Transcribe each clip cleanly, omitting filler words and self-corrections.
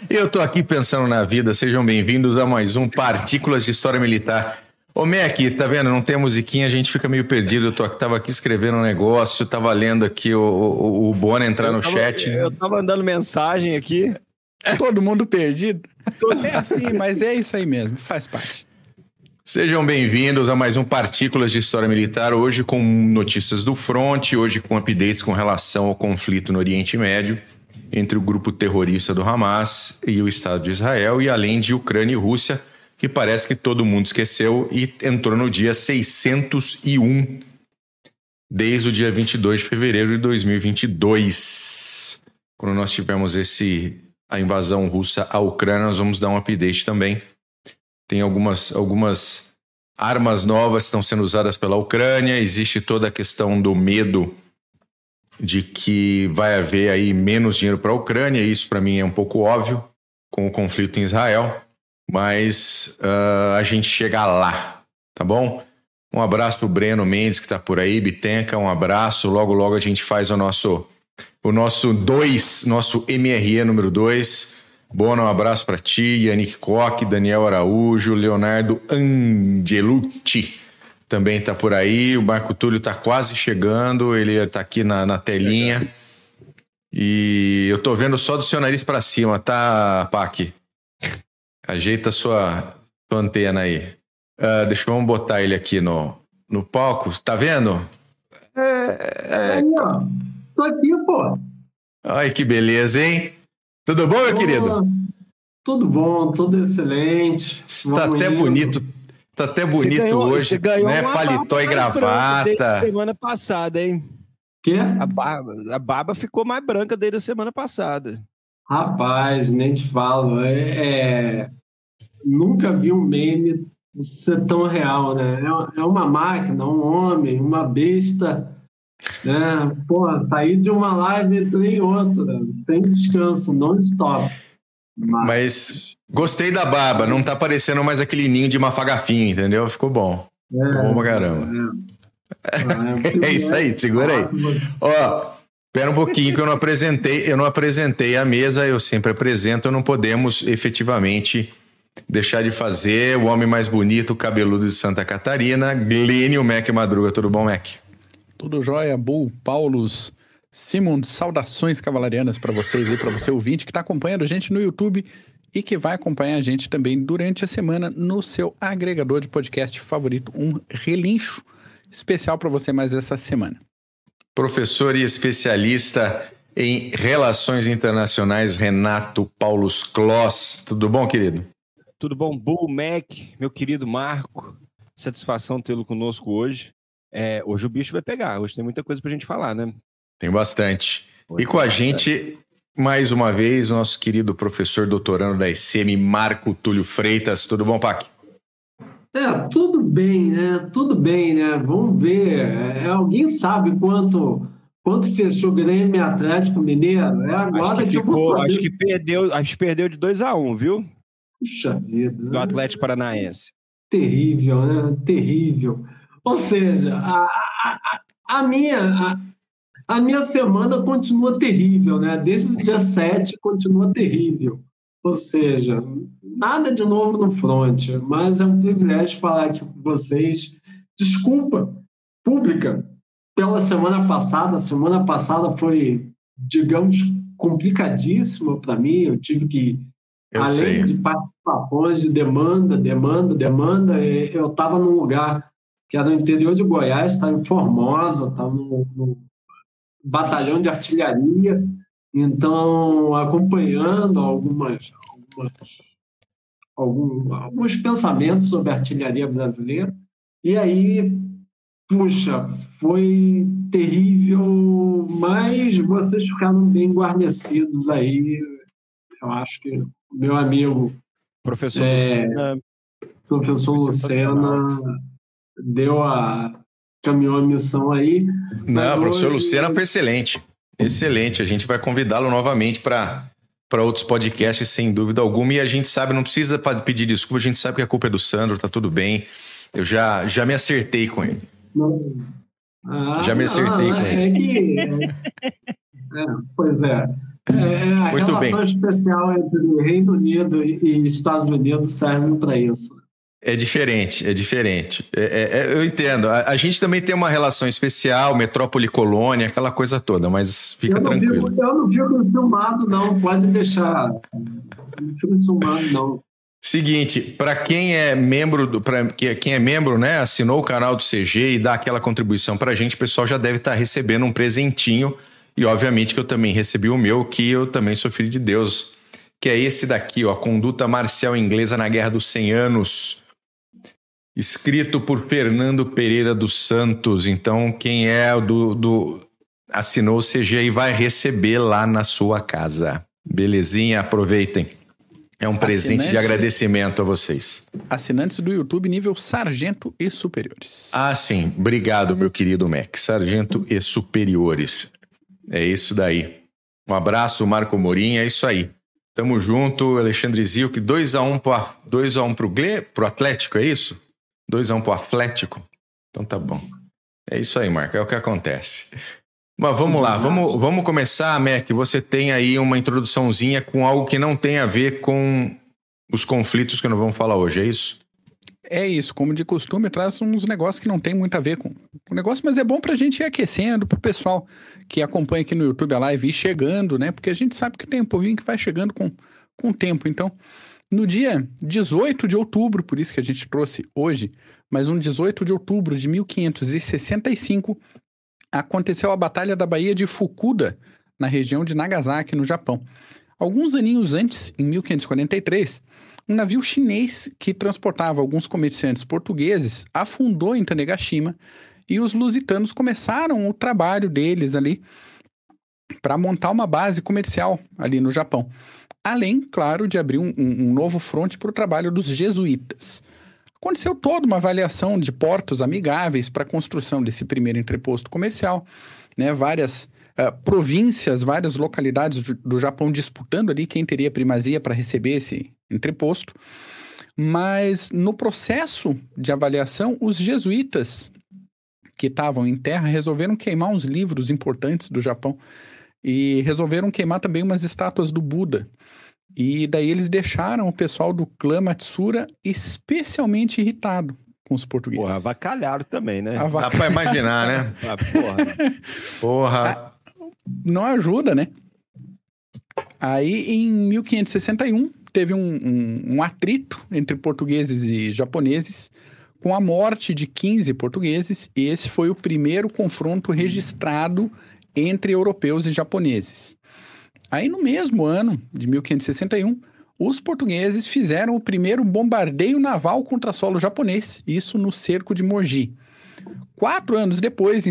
Eu tô aqui pensando na vida, sejam bem-vindos a mais um Partículas de História Militar. Ô Mac, tá vendo? Não tem a musiquinha, a gente fica meio perdido. Tava aqui escrevendo um negócio, tava lendo aqui o Bona entrar no chat. Eu tava mandando mensagem aqui. Todo mundo perdido? É assim, mas é isso aí mesmo, faz parte. Sejam bem-vindos a mais um Partículas de História Militar, hoje com notícias do fronte, hoje com updates com relação ao conflito no Oriente Médio entre o grupo terrorista do Hamas e o Estado de Israel, e além de Ucrânia e Rússia, que parece que todo mundo esqueceu e entrou no dia 601, desde o dia 22 de fevereiro de 2022. Quando nós tivemos a invasão russa à Ucrânia, nós vamos dar um update também. Tem algumas armas novas que estão sendo usadas pela Ucrânia, existe toda a questão do medo de que vai haver aí menos dinheiro para a Ucrânia, isso para mim é um pouco óbvio com o conflito em Israel, mas a gente chega lá, tá bom? Um abraço pro Breno Mendes que está por aí, Bitenca, um abraço, logo a gente faz o nosso MRE número 2. Bona, um abraço para ti, Yannick Koch, Daniel Araújo, Leonardo Angelucci também está por aí, o Marco Túlio está quase chegando, ele está aqui na telinha e eu tô vendo só do seu nariz para cima, tá, Pac? Ajeita sua antena vamos botar ele aqui no palco, tá vendo? Tô aqui, pô. Ai, que beleza, hein? Tudo bom, meu querido? Tudo bom, tudo excelente. Tá até bonito hoje, né? Paletó e gravata. Semana passada, hein? Quê? A barba ficou mais branca desde a semana passada. Rapaz, nem te falo. Nunca vi um meme ser tão real, né? É uma máquina, um homem, uma besta, né? Pô, sair de uma live e entrei em outra, sem descanso, non-stop. Mas gostei da barba, não tá parecendo mais aquele ninho de mafagafinho, entendeu? Ficou bom. Ficou bom pra caramba. É isso aí, segura aí. Ó, espera um pouquinho que eu não apresentei a mesa, eu sempre apresento, não podemos efetivamente deixar de fazer o homem mais bonito, cabeludo de Santa Catarina, Glênio Mac Madruga. Tudo bom, Mac? Tudo jóia, Bull, Paulus, Simon, saudações cavalarianas para vocês e para você ouvinte que está acompanhando a gente no YouTube e que vai acompanhar a gente também durante a semana no seu agregador de podcast favorito, um relincho especial para você mais essa semana. Professor e especialista em relações internacionais, Renato Paulus Kloss. Tudo bom, querido? Tudo bom, Bull, Mac, meu querido Marco. Satisfação tê-lo conosco hoje. Hoje o bicho vai pegar, hoje tem muita coisa pra gente falar, né? Tem bastante. E com a gente, mais uma vez, o nosso querido professor doutorando da ECM, Marco Túlio Freitas. Tudo bom, Pac? Tudo bem, né? Tudo bem, né? Vamos ver. Alguém sabe quanto fechou o Grêmio e Atlético Mineiro? Agora que eu vou saber. Acho que perdeu de 2-1, viu? Puxa vida. Do Atlético Paranaense. Terrível, né? Terrível. Ou seja, a minha semana continua terrível, né? Desde o dia 7 continua terrível. Ou seja, nada de novo no front, mas é um privilégio falar aqui com vocês. Desculpa pública pela semana passada. A semana passada foi, digamos, complicadíssima para mim. Eu tive que, além de participações de demanda, eu estava num lugar que era no interior de Goiás, estava em Formosa, estava no batalhão de artilharia, então acompanhando alguns pensamentos sobre a artilharia brasileira, e aí, puxa, foi terrível, mas vocês ficaram bem guarnecidos aí. Eu acho que meu amigo professor Lucena caminhou a missão aí. Não, o professor Lucena foi excelente. Excelente. A gente vai convidá-lo novamente para outros podcasts, sem dúvida alguma. E a gente sabe, não precisa pedir desculpa, a gente sabe que a culpa é do Sandro, tá tudo bem. Eu já me acertei com ele. Já me acertei com ele. Pois é. A Muito relação bem. especial entre Reino Unido e Estados Unidos serve para isso. É diferente, é diferente. Eu entendo. A gente também tem uma relação especial, metrópole colônia, aquela coisa toda, mas fica tranquilo. Eu não fico filmado, não. Pode deixar. Não fico filmado, não. Seguinte, para quem é membro, quem é membro, né, assinou o canal do CG e dá aquela contribuição para a gente, o pessoal já deve estar recebendo um presentinho. E obviamente que eu também recebi o meu, que eu também sou filho de Deus, que é esse daqui, ó, Conduta Marcial Inglesa na Guerra dos 100 Anos. Escrito por Fernando Pereira dos Santos. Então, quem é assinou o CG aí vai receber lá na sua casa. Belezinha? Aproveitem. É um presente de agradecimento a vocês. Assinantes do YouTube nível Sargento e Superiores. Ah, sim. Obrigado, meu querido Mac. Sargento e Superiores. É isso daí. Um abraço, Marco Morim. É isso aí. Tamo junto, Alexandre Zilk. 2-1 pro Atlético, é isso? 2-1 pro Atlético? Então tá bom. É isso aí, Marco, é o que acontece. Mas vamos lá, vamos começar, Mac. Você tem aí uma introduçãozinha com algo que não tem a ver com os conflitos que nós vamos falar hoje, é isso? É isso, como de costume, traz uns negócios que não tem muito a ver com o negócio, mas é bom pra gente ir aquecendo, pro pessoal que acompanha aqui no YouTube a live ir chegando, né? Porque a gente sabe que tem um povinho que vai chegando com o tempo, então... No dia 18 de outubro, por isso que a gente trouxe hoje, mas um 18 de outubro de 1565, aconteceu a Batalha da Baía de Fukuda, na região de Nagasaki, no Japão. Alguns aninhos antes, em 1543, um navio chinês que transportava alguns comerciantes portugueses afundou em Tanegashima e os lusitanos começaram o trabalho deles ali para montar uma base comercial ali no Japão. Além, claro, de abrir um novo fronte para o trabalho dos jesuítas. Aconteceu toda uma avaliação de portos amigáveis para a construção desse primeiro entreposto comercial, né? Várias províncias, várias localidades do Japão disputando ali quem teria primazia para receber esse entreposto. Mas no processo de avaliação, os jesuítas que estavam em terra resolveram queimar uns livros importantes do Japão e resolveram queimar também umas estátuas do Buda. E daí eles deixaram o pessoal do clã Matsura especialmente irritado com os portugueses. Porra, avacalharam também, né? Dá pra imaginar, né? Porra. Não ajuda, né? Aí, em 1561, teve um atrito entre portugueses e japoneses, com a morte de 15 portugueses, e esse foi o primeiro confronto registrado entre europeus e japoneses. Aí, no mesmo ano de 1561, os portugueses fizeram o primeiro bombardeio naval contra solo japonês, isso no cerco de Mogi. 4 anos depois, em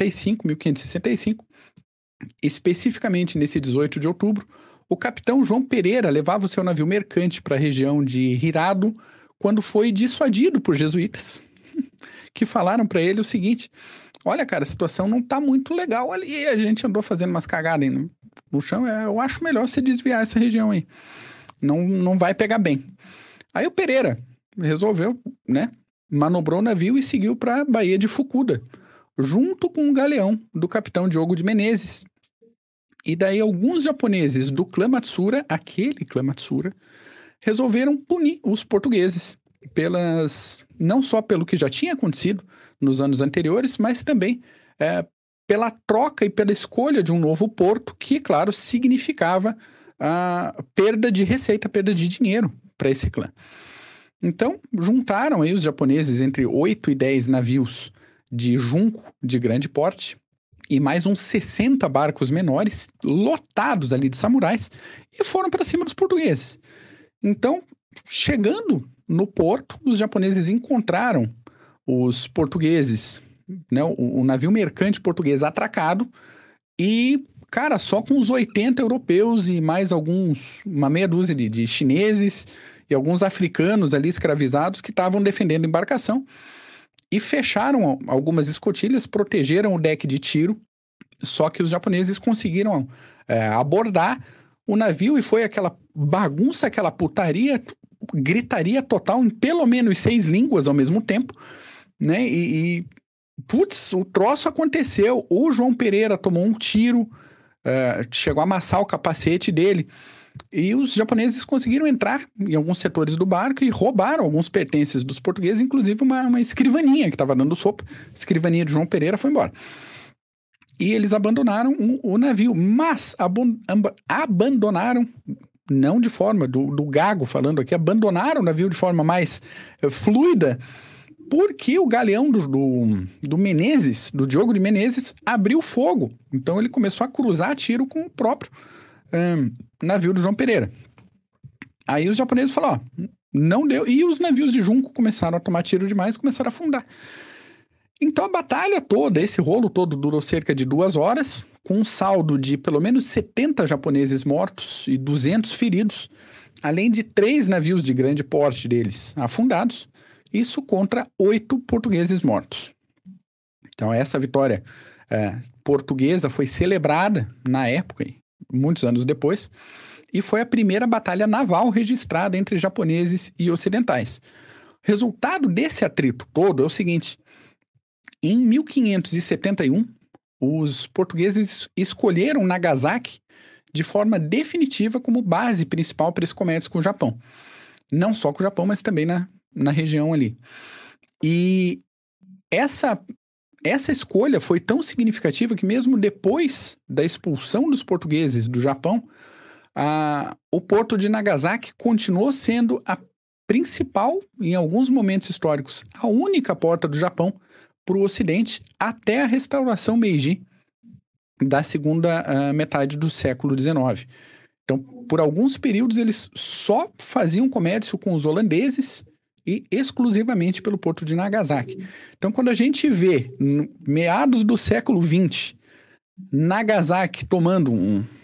1565, especificamente nesse 18 de outubro, o capitão João Pereira levava o seu navio mercante para a região de Hirado, quando foi dissuadido por jesuítas, que falaram para ele o seguinte: olha, cara, a situação não tá muito legal ali, a gente andou fazendo umas cagadas aí no chão, eu acho melhor você desviar essa região aí, não vai pegar bem. Aí o Pereira resolveu, né, manobrou o navio e seguiu para a Baía de Fukuda, junto com o galeão do capitão Diogo de Menezes. E daí alguns japoneses do clã Matsura, aquele clã Matsura, resolveram punir os portugueses não só pelo que já tinha acontecido nos anos anteriores, mas também pela troca e pela escolha de um novo porto, que, claro, significava a perda de receita, perda de dinheiro para esse clã. Então, juntaram aí os japoneses entre 8 e 10 navios de junco de grande porte e mais uns 60 barcos menores, lotados ali de samurais, e foram para cima dos portugueses. Então, chegando no porto, os japoneses encontraram os portugueses, né, o navio mercante português atracado, e, cara, só com uns 80 europeus e mais uma meia dúzia de chineses e alguns africanos ali escravizados que estavam defendendo a embarcação, e fecharam algumas escotilhas, protegeram o deck de tiro, só que os japoneses conseguiram abordar o navio e foi aquela bagunça, aquela putaria, gritaria total em pelo menos 6 línguas ao mesmo tempo, né? Putz, o troço aconteceu. O João Pereira tomou um tiro, chegou a amassar o capacete dele. E os japoneses conseguiram entrar em alguns setores do barco e roubaram alguns pertences dos portugueses, inclusive uma escrivaninha que estava dando sopa. A escrivaninha de João Pereira foi embora. E eles abandonaram o navio, mas abandonaram, não de forma, do Gago falando aqui, abandonaram o navio de forma mais fluida, porque o galeão do Menezes, do Diogo de Menezes, abriu fogo. Então ele começou a cruzar tiro com o próprio navio do João Pereira. Aí os japoneses falaram, ó, não deu. E os navios de junco começaram a tomar tiro demais e começaram a afundar. Então a batalha toda, esse rolo todo durou cerca de 2 horas, com um saldo de pelo menos 70 japoneses mortos e 200 feridos, além de 3 navios de grande porte deles afundados, isso contra 8 portugueses mortos. Então essa vitória portuguesa foi celebrada na época, muitos anos depois, e foi a primeira batalha naval registrada entre japoneses e ocidentais. O resultado desse atrito todo é o seguinte: em 1571, os portugueses escolheram Nagasaki de forma definitiva como base principal para esse comércio com o Japão. Não só com o Japão, mas também na região ali. E essa escolha foi tão significativa que mesmo depois da expulsão dos portugueses do Japão, o porto de Nagasaki continuou sendo a principal, em alguns momentos históricos, a única porta do Japão para o Ocidente até a restauração Meiji da segunda metade do século XIX. Então, por alguns períodos, eles só faziam comércio com os holandeses e exclusivamente pelo porto de Nagasaki. Então, quando a gente vê, meados do século XX, Nagasaki tomando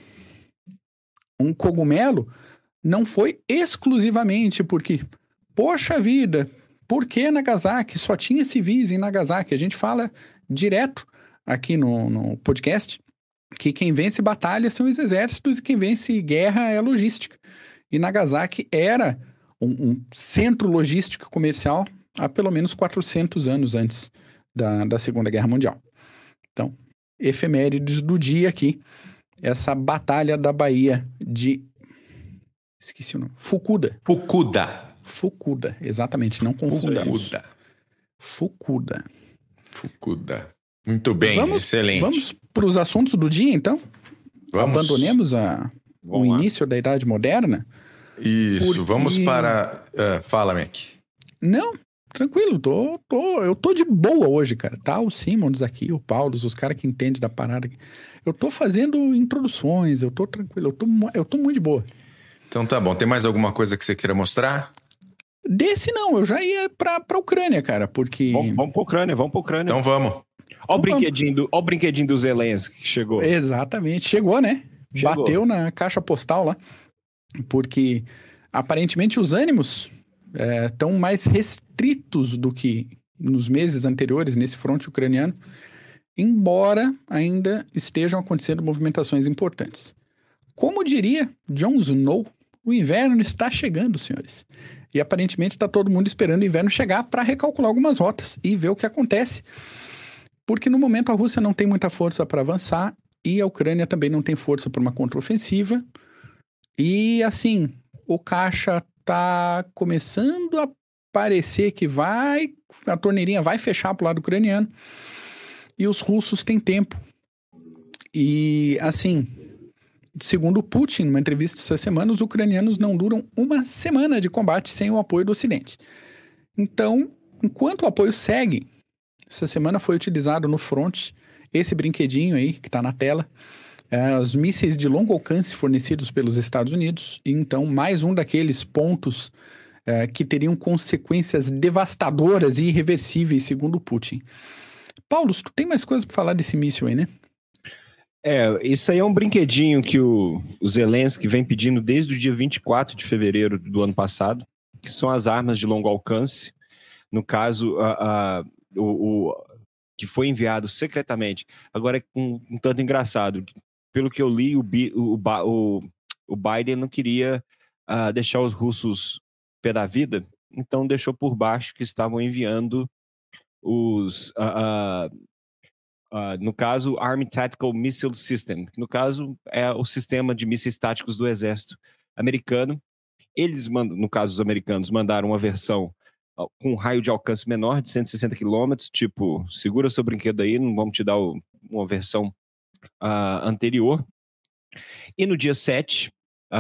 um cogumelo, não foi exclusivamente porque, poxa vida, por que Nagasaki? Só tinha civis em Nagasaki. A gente fala direto aqui no podcast que quem vence batalha são os exércitos e quem vence guerra é a logística. E Nagasaki era um centro logístico comercial há pelo menos 400 anos antes da Segunda Guerra Mundial. Então, efemérides do dia aqui, essa batalha da Baía de... Esqueci o nome. Fukuda, exatamente, não confundamos. Fukuda. Muito bem, excelente. Vamos para os assuntos do dia, então? Vamos. Abandonemos o início da Idade Moderna? Isso, vamos para... fala, Mac. Não, tranquilo, eu tô de boa hoje, cara. Tá o Simons aqui, o Paulo, os caras que entendem da parada. Eu tô fazendo introduções, eu tô tranquilo, eu tô muito de boa. Então tá bom, tem mais alguma coisa que você queira mostrar? Desse não, eu já ia pra Ucrânia, cara, porque... Vamos pra Ucrânia. Então vamos. Ó o brinquedinho do Zelensky que chegou. Exatamente, chegou, né? Bateu na caixa postal lá, porque aparentemente os ânimos estão mais restritos do que nos meses anteriores nesse fronte ucraniano, embora ainda estejam acontecendo movimentações importantes. Como diria Jon Snow, o inverno está chegando, senhores. E aparentemente está todo mundo esperando o inverno chegar para recalcular algumas rotas e ver o que acontece. Porque no momento a Rússia não tem muita força para avançar e a Ucrânia também não tem força para uma contraofensiva. E assim, o caixa está começando a parecer que a torneirinha vai fechar para o lado ucraniano. E os russos têm tempo. E assim... Segundo Putin, numa entrevista essa semana, os ucranianos não duram uma semana de combate sem o apoio do Ocidente. Então, enquanto o apoio segue, essa semana foi utilizado no front esse brinquedinho aí, que está na tela, os mísseis de longo alcance fornecidos pelos Estados Unidos, e então mais um daqueles pontos que teriam consequências devastadoras e irreversíveis, segundo Putin. Paulo, tu tem mais coisa para falar desse míssil aí, né? Isso aí é um brinquedinho que o Zelensky vem pedindo desde o dia 24 de fevereiro do ano passado, que são as armas de longo alcance. No caso, o que foi enviado secretamente. Agora é um tanto engraçado. Pelo que eu li, o Biden não queria deixar os russos pé da vida, então deixou por baixo que estavam enviando No caso, Army Tactical Missile System, que no caso é o sistema de mísseis táticos do exército americano. Eles mandam, no caso os americanos, mandaram uma versão com um raio de alcance menor, de 160 km, tipo, segura seu brinquedo aí, não vamos te dar uma versão anterior. E no dia 7,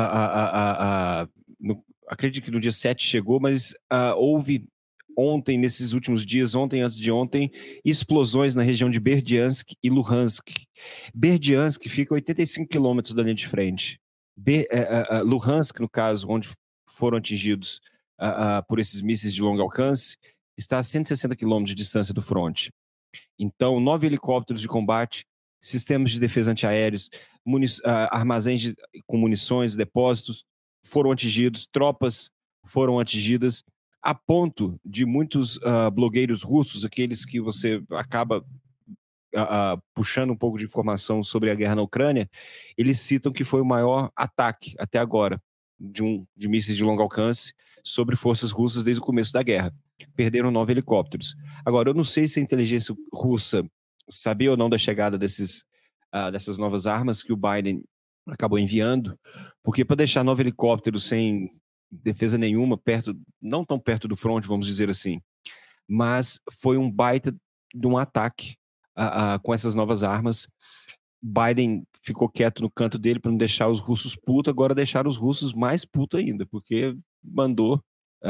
acredito que no dia 7 chegou, mas houve ontem, nesses últimos dias, ontem antes de ontem, explosões na região de Berdiansk e Luhansk. Berdiansk fica a 85 quilômetros da linha de frente. Luhansk, no caso, onde foram atingidos por esses mísseis de longo alcance, está a 160 quilômetros de distância do fronte. Então, 9 helicópteros de combate, sistemas de defesa antiaéreos, armazéns com munições, depósitos foram atingidos, tropas foram atingidas, a ponto de muitos blogueiros russos, aqueles que você acaba puxando um pouco de informação sobre a guerra na Ucrânia, eles citam que foi o maior ataque até agora de mísseis de longo alcance sobre forças russas desde o começo da guerra. Perderam 9 helicópteros. Agora, eu não sei se a inteligência russa sabia ou não da chegada dessas novas armas que o Biden acabou enviando, porque para deixar 9 helicópteros sem defesa nenhuma, não tão perto do fronte, vamos dizer assim, mas foi um baita de um ataque com essas novas armas. Biden ficou quieto no canto dele para não deixar os russos putos, agora deixaram os russos mais putos ainda, porque mandou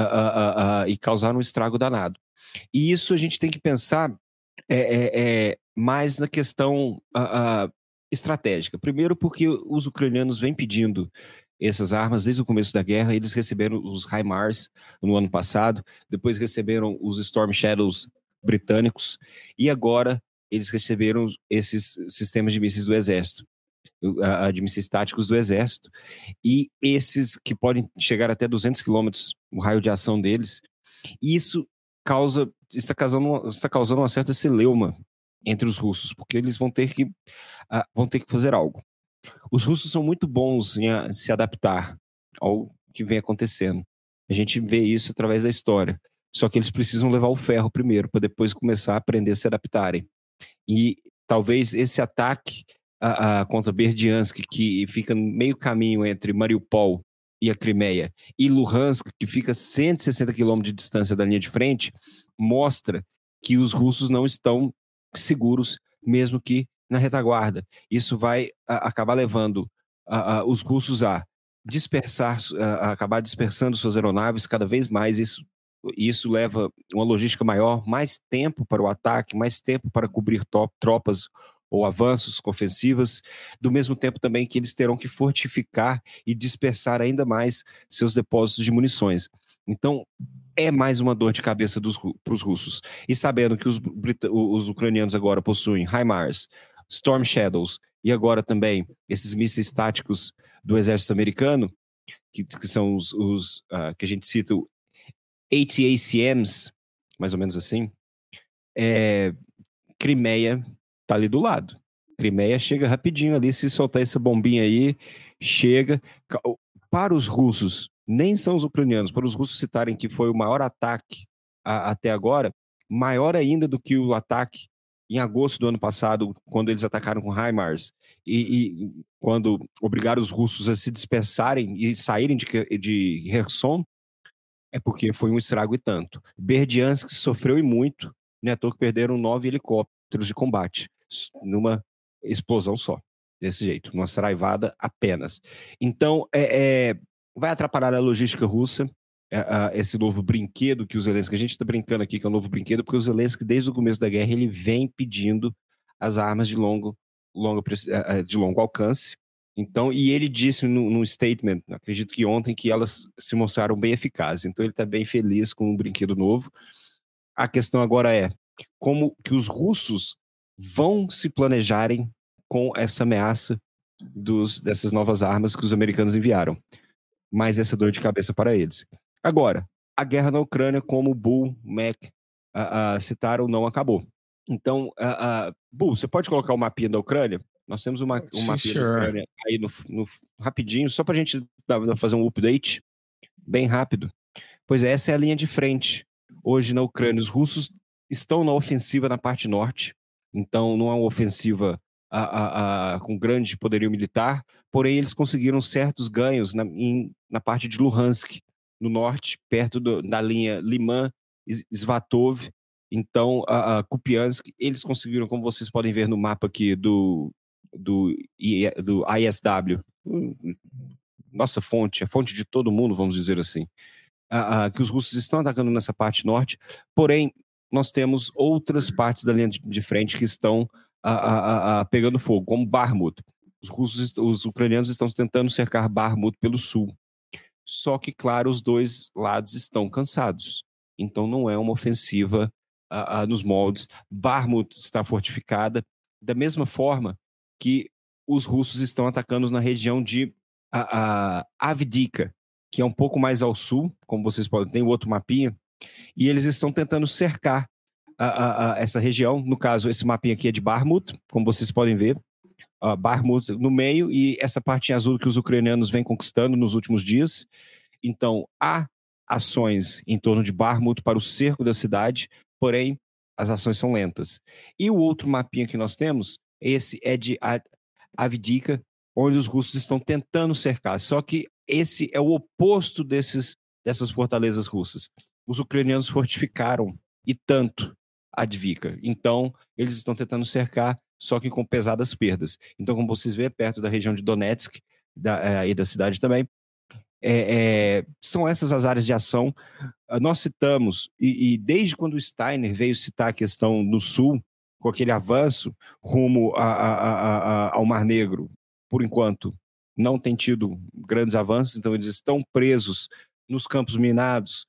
e causaram um estrago danado. E isso a gente tem que pensar mais na questão estratégica. Primeiro porque os ucranianos vêm pedindo essas armas desde o começo da guerra. Eles receberam os HIMARS no ano passado, depois receberam os Storm Shadows britânicos e agora eles receberam esses sistemas de mísseis do exército, de mísseis táticos do exército, e esses que podem chegar até 200 quilômetros, o raio de ação deles. E isso está causando uma certa celeuma entre os russos, porque eles vão ter que fazer algo. Os russos são muito bons em se adaptar ao que vem acontecendo. A gente vê isso através da história. Só que eles precisam levar o ferro primeiro, para depois começar a aprender a se adaptarem. E talvez esse ataque contra Berdiansk, que fica no meio caminho entre Mariupol e a Crimeia, e Luhansk, que fica a 160 quilômetros de distância da linha de frente, mostra que os russos não estão seguros, mesmo que na retaguarda. Isso vai acabar levando os russos a acabar dispersando suas aeronaves cada vez mais. Isso leva uma logística maior, mais tempo para o ataque, mais tempo para cobrir tropas ou avanços com ofensivas, do mesmo tempo também que eles terão que fortificar e dispersar ainda mais seus depósitos de munições. Então, é mais uma dor de cabeça para os russos. E sabendo que os ucranianos agora possuem HIMARS, Storm Shadows e agora também esses mísseis táticos do exército americano, que são os que a gente cita, ATACMs, mais ou menos assim, Crimeia tá ali do lado. Crimeia chega rapidinho ali, se soltar essa bombinha aí, chega. Para os russos, nem são os ucranianos, para os russos citarem que foi o maior ataque até agora, maior ainda do que o ataque em agosto do ano passado, quando eles atacaram com HIMARS, e quando obrigaram os russos a se dispersarem e saírem de Kherson, é porque foi um estrago e tanto. Berdiansk sofreu e muito, né? À toa que perderam 9 helicópteros de combate numa explosão só, desse jeito, numa saraivada apenas. Então, vai atrapalhar a logística russa, esse novo brinquedo que o Zelensky, a gente está brincando aqui que é um novo brinquedo, porque o Zelensky, desde o começo da guerra, ele vem pedindo as armas de longo alcance. Então, e ele disse num statement, acredito que ontem, que elas se mostraram bem eficazes. Então, ele está bem feliz com um brinquedo novo. A questão agora é como que os russos vão se planejarem com essa ameaça dessas novas armas que os americanos enviaram. Mais essa dor de cabeça para eles. Agora, a guerra na Ucrânia, como o Bull, Mac citaram, não acabou. Então, Bull, você pode colocar o mapinha da Ucrânia? Nós temos um mapinha da Ucrânia aí rapidinho, só para a gente fazer um update bem rápido. Pois é, essa é a linha de frente. Hoje na Ucrânia, os russos estão na ofensiva na parte norte. então não é uma ofensiva com grande poderio militar, porém eles conseguiram certos ganhos na parte de Luhansk, no norte, perto da linha Liman-Svatov, então Kupiansk. Eles conseguiram, como vocês podem ver no mapa aqui do ISW, nossa fonte, a fonte de todo mundo, vamos dizer assim, que os russos estão atacando nessa parte norte, porém nós temos outras partes da linha de frente que estão pegando fogo, como Bakhmut. Os ucranianos estão tentando cercar Bakhmut pelo sul. Só que, claro, os dois lados estão cansados. Então não é uma ofensiva nos moldes. Bakhmut está fortificada da mesma forma que os russos estão atacando na região de Avdiivka, que é um pouco mais ao sul, como vocês podem ter, o outro mapinha, e eles estão tentando cercar essa região. No caso, esse mapinha aqui é de Bakhmut, como vocês podem ver, Bakhmut no meio, e essa parte em azul que os ucranianos vêm conquistando nos últimos dias. Então, há ações em torno de Bakhmut para o cerco da cidade, porém, as ações são lentas. E o outro mapinha que nós temos, esse é de Avdiivka, onde os russos estão tentando cercar, só que esse é o oposto dessas fortalezas russas. Os ucranianos fortificaram, e tanto, Avdiivka. Então, eles estão tentando cercar, só que com pesadas perdas. Então, como vocês veem, perto da região de Donetsk e da cidade também, são essas as áreas de ação. Nós citamos, e desde quando o Steiner veio citar a questão no sul, com aquele avanço rumo ao Mar Negro, por enquanto, não tem tido grandes avanços, então eles estão presos nos campos minados,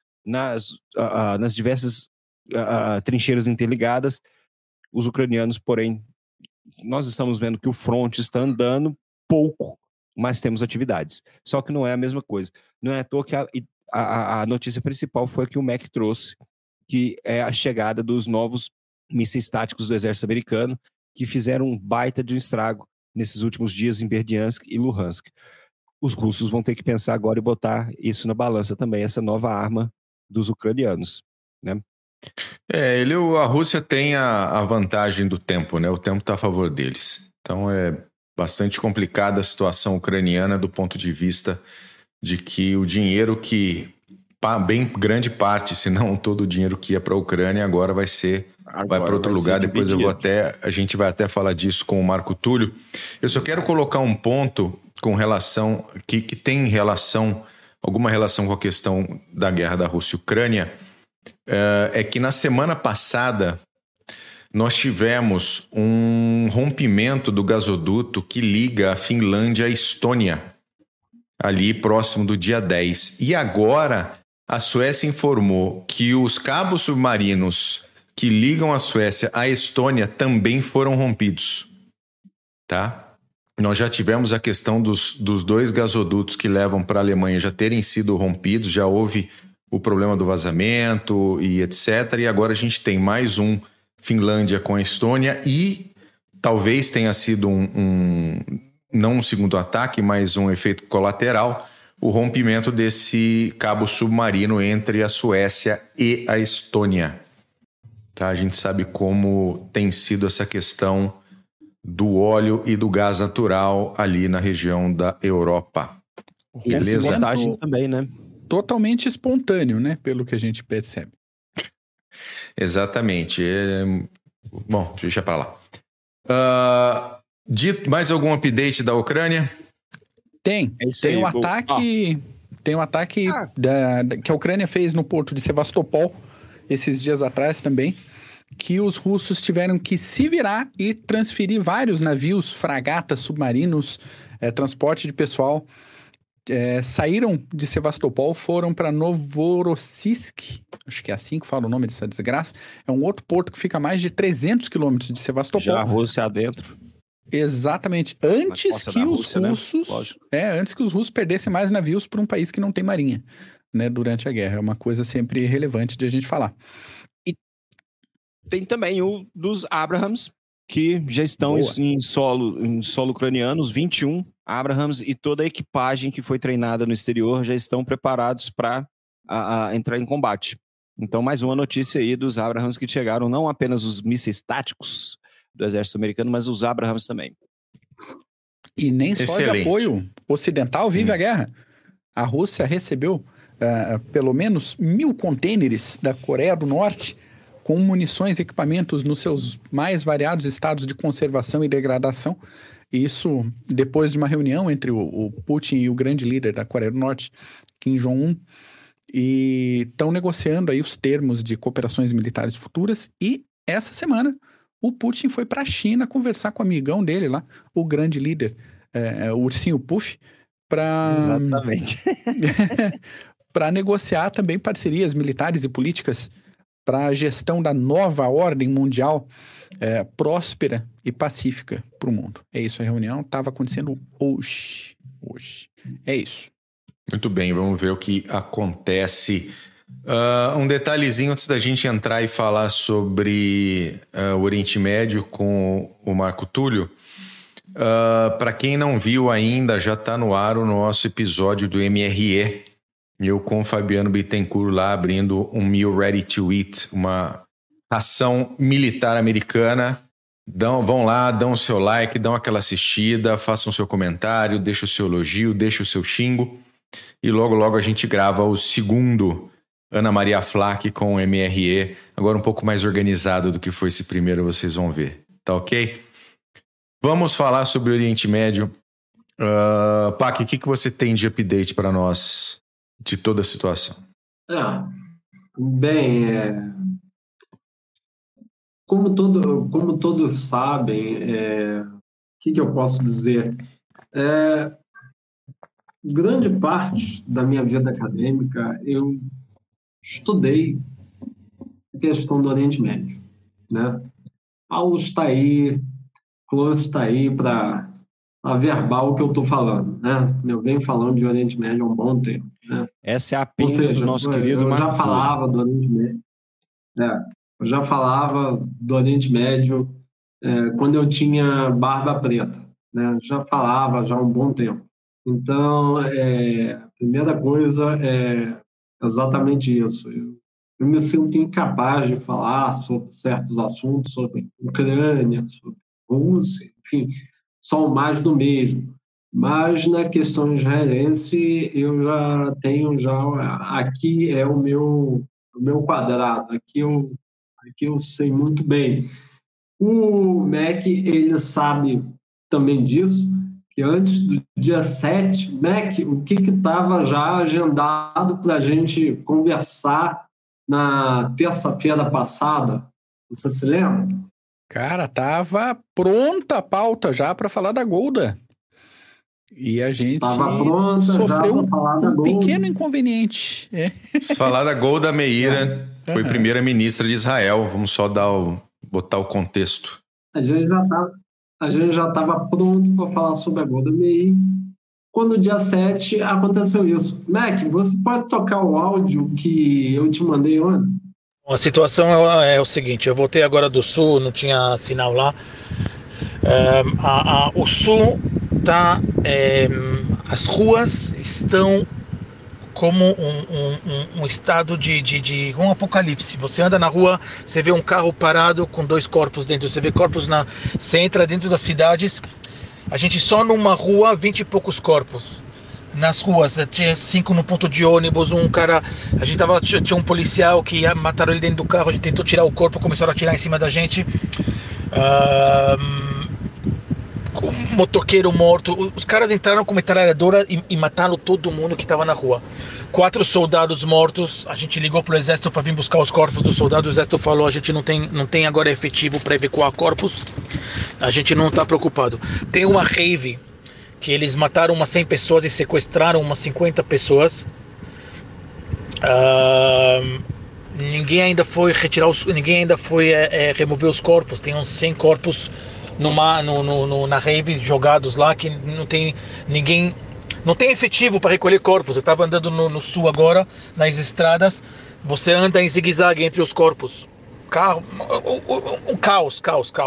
nas diversas trincheiras interligadas. Os ucranianos, porém, nós estamos vendo que o fronte está andando pouco, mas temos atividades. Só que não é a mesma coisa. Não é à toa que a notícia principal foi que o MEC trouxe, que é a chegada dos novos mísseis táticos do exército americano, que fizeram um baita de um estrago nesses últimos dias em Berdiansk e Luhansk. Os russos vão ter que pensar agora e botar isso na balança também, essa nova arma dos ucranianos, né? A Rússia tem a vantagem do tempo, né? O tempo está a favor deles. Então é bastante complicada a situação ucraniana do ponto de vista de que o dinheiro que, bem grande parte, se não todo o dinheiro que ia para a Ucrânia, agora vai para outro lugar. Depois a gente vai até falar disso com o Marco Túlio. Eu só quero colocar um ponto com relação, que tem alguma relação com a questão da guerra da Rússia e Ucrânia, é que na semana passada nós tivemos um rompimento do gasoduto que liga a Finlândia à Estônia, ali próximo do dia 10. E agora a Suécia informou que os cabos submarinos que ligam a Suécia à Estônia também foram rompidos, tá? Nós já tivemos a questão dos dois gasodutos que levam para a Alemanha já terem sido rompidos, já houve o problema do vazamento e etc. E agora a gente tem mais um Finlândia com a Estônia e talvez tenha sido não um segundo ataque, mas um efeito colateral, o rompimento desse cabo submarino entre a Suécia e a Estônia. Tá? A gente sabe como tem sido essa questão do óleo e do gás natural ali na região da Europa. Beleza? Montagem também, né? Totalmente espontâneo, né? Pelo que a gente percebe. Exatamente. Bom, deixa pra lá. Mais algum update da Ucrânia? Tem um ataque que a Ucrânia fez no porto de Sevastopol esses dias atrás também, que os russos tiveram que se virar e transferir vários navios, fragatas, submarinos, transporte de pessoal, saíram de Sevastopol, foram para Novorossiysk, acho que é assim que fala o nome dessa desgraça, é um outro porto que fica a mais de 300 quilômetros de Sevastopol. Já a Rússia adentro. Exatamente. Antes que os russos, antes que os russos perdessem mais navios para um país que não tem marinha, né, durante a guerra. É uma coisa sempre relevante de a gente falar. E tem também o dos Abrams, que já estão em solo ucraniano, os 21 Abrams, e toda a equipagem que foi treinada no exterior já estão preparados para entrar em combate. Então, mais uma notícia aí dos Abrams que chegaram, não apenas os mísseis táticos, do exército americano, mas os Abrams também. E nem só de Excelente. apoio ocidental vive a guerra. A Rússia recebeu pelo menos 1.000 contêineres da Coreia do Norte com munições e equipamentos nos seus mais variados estados de conservação e degradação. E isso depois de uma reunião entre o Putin e o grande líder da Coreia do Norte, Kim Jong-un, e estão negociando aí os termos de cooperações militares futuras. E essa semana o Putin foi para a China conversar com o amigão dele lá, o grande líder, o Ursinho Puff, Exatamente. para negociar também parcerias militares e políticas para a gestão da nova ordem mundial próspera e pacífica para o mundo. É isso, a reunião estava acontecendo hoje. É isso. Muito bem, vamos ver o que acontece. Um detalhezinho antes da gente entrar e falar sobre o Oriente Médio com o Marco Túlio. Para quem não viu ainda, já está no ar o nosso episódio do MRE. Eu com o Fabiano Bittencourt lá abrindo um Meal Ready to Eat, uma ação militar americana. Vão lá, dão o seu like, dão aquela assistida, façam o seu comentário, deixa o seu elogio, deixa o seu xingo. E logo, logo a gente grava o segundo Ana Maria Flack com o MRE, agora um pouco mais organizado do que foi esse primeiro, vocês vão ver. Tá ok? Vamos falar sobre o Oriente Médio. Pac, o que você tem de update para nós de toda a situação? Como todos sabem, o que eu posso dizer? Grande parte da minha vida acadêmica eu estudei a questão do Oriente Médio, né? Paulo está aí, Close está aí para averbar o que eu estou falando, né? Eu venho falando de Oriente Médio há um bom tempo, né? Essa é a pena do nosso querido Marco. Eu já falava do Oriente Médio quando eu tinha barba preta, né? Já falava já há um bom tempo. Então, a primeira coisa é exatamente isso. Eu me sinto incapaz de falar sobre certos assuntos, sobre Ucrânia, sobre Rússia, enfim, só o mais do mesmo. Mas na questão israelense, eu já tenho, aqui é o meu quadrado, aqui eu sei muito bem. O Mac, ele sabe também disso, que antes do dia 7, Mac, o que estava já agendado para a gente conversar na terça-feira passada? Você se lembra? Cara, tava pronta a pauta já para falar da Golda. E a gente sofreu um pequeno inconveniente. Falar da Golda Meir, foi primeira-ministra de Israel. Vamos só botar o contexto. A gente já estava pronto para falar sobre a Golda Meir. Quando no dia 7 aconteceu isso. Mac, você pode tocar o áudio que eu te mandei ontem? A situação é o seguinte, eu voltei agora do sul, não tinha sinal lá. O sul tá, as ruas estão como um estado de um apocalipse. Você anda na rua, você vê um carro parado com 2 corpos dentro, você vê corpos você entra dentro das cidades, a gente só numa rua, 20 e poucos corpos. Nas ruas, tinha 5 no ponto de ônibus, tinha um policial que mataram ele dentro do carro, a gente tentou tirar o corpo, começaram a atirar em cima da gente. Um motoqueiro morto, os caras entraram com metralhadora e mataram todo mundo que estava na rua. 4 soldados mortos, a gente ligou pro exército para vir buscar os corpos dos soldados, o exército falou, a gente não tem agora efetivo para evacuar corpos, a gente não está preocupado. Tem uma rave que eles mataram umas 100 pessoas e sequestraram umas 50 pessoas. Ninguém ainda foi remover os corpos. Tem uns 100 corpos na rave jogados lá que não tem ninguém, não tem efetivo para recolher corpos. Eu estava andando no sul agora, nas estradas, você anda em zigue-zague entre os corpos. Um caos.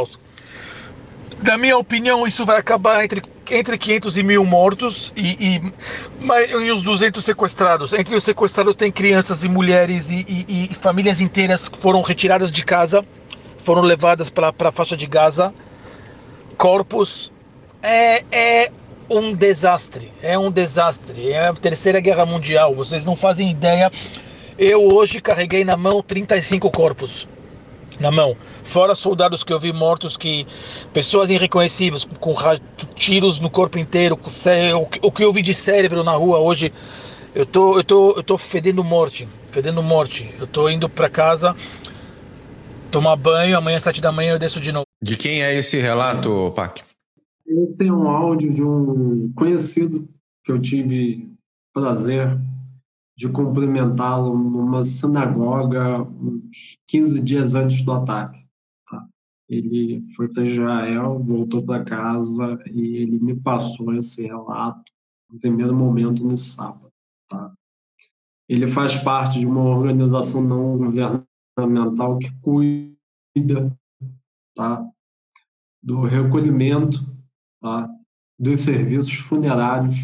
Na minha opinião, isso vai acabar entre 500 e 1.000 mortos e os 200 sequestrados. Entre os sequestrados tem crianças e mulheres e famílias inteiras que foram retiradas de casa, foram levadas para a faixa de Gaza, corpos. É um desastre, é a Terceira Guerra Mundial, vocês não fazem ideia. Eu hoje carreguei na mão 35 corpos, na mão, fora soldados que eu vi mortos, pessoas irreconhecíveis, com tiros no corpo inteiro, o que eu vi de cérebro na rua hoje. Eu tô fedendo morte, eu tô indo para casa tomar banho, amanhã às 7 da manhã eu desço de novo. De quem é esse relato, Pac? Esse é um áudio de um conhecido que eu tive prazer de cumprimentá-lo numa sinagoga uns 15 dias antes do ataque. Tá? Ele foi para Israel, voltou para casa e ele me passou esse relato no primeiro momento no sábado. Tá? Ele faz parte de uma organização não governamental que cuida, tá, do recolhimento, tá, dos serviços funerários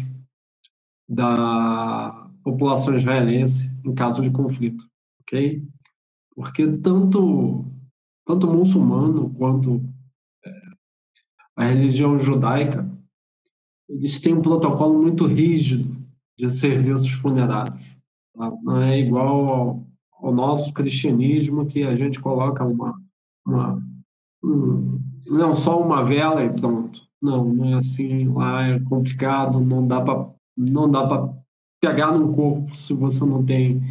da população israelense em caso de conflito, ok? Porque tanto muçulmano quanto a religião judaica, eles têm um protocolo muito rígido de serviços funerários. Tá? Não é igual ao nosso cristianismo, que a gente coloca não só uma vela e pronto. Não é assim. Lá é complicado, não dá para pegar no corpo se você não tem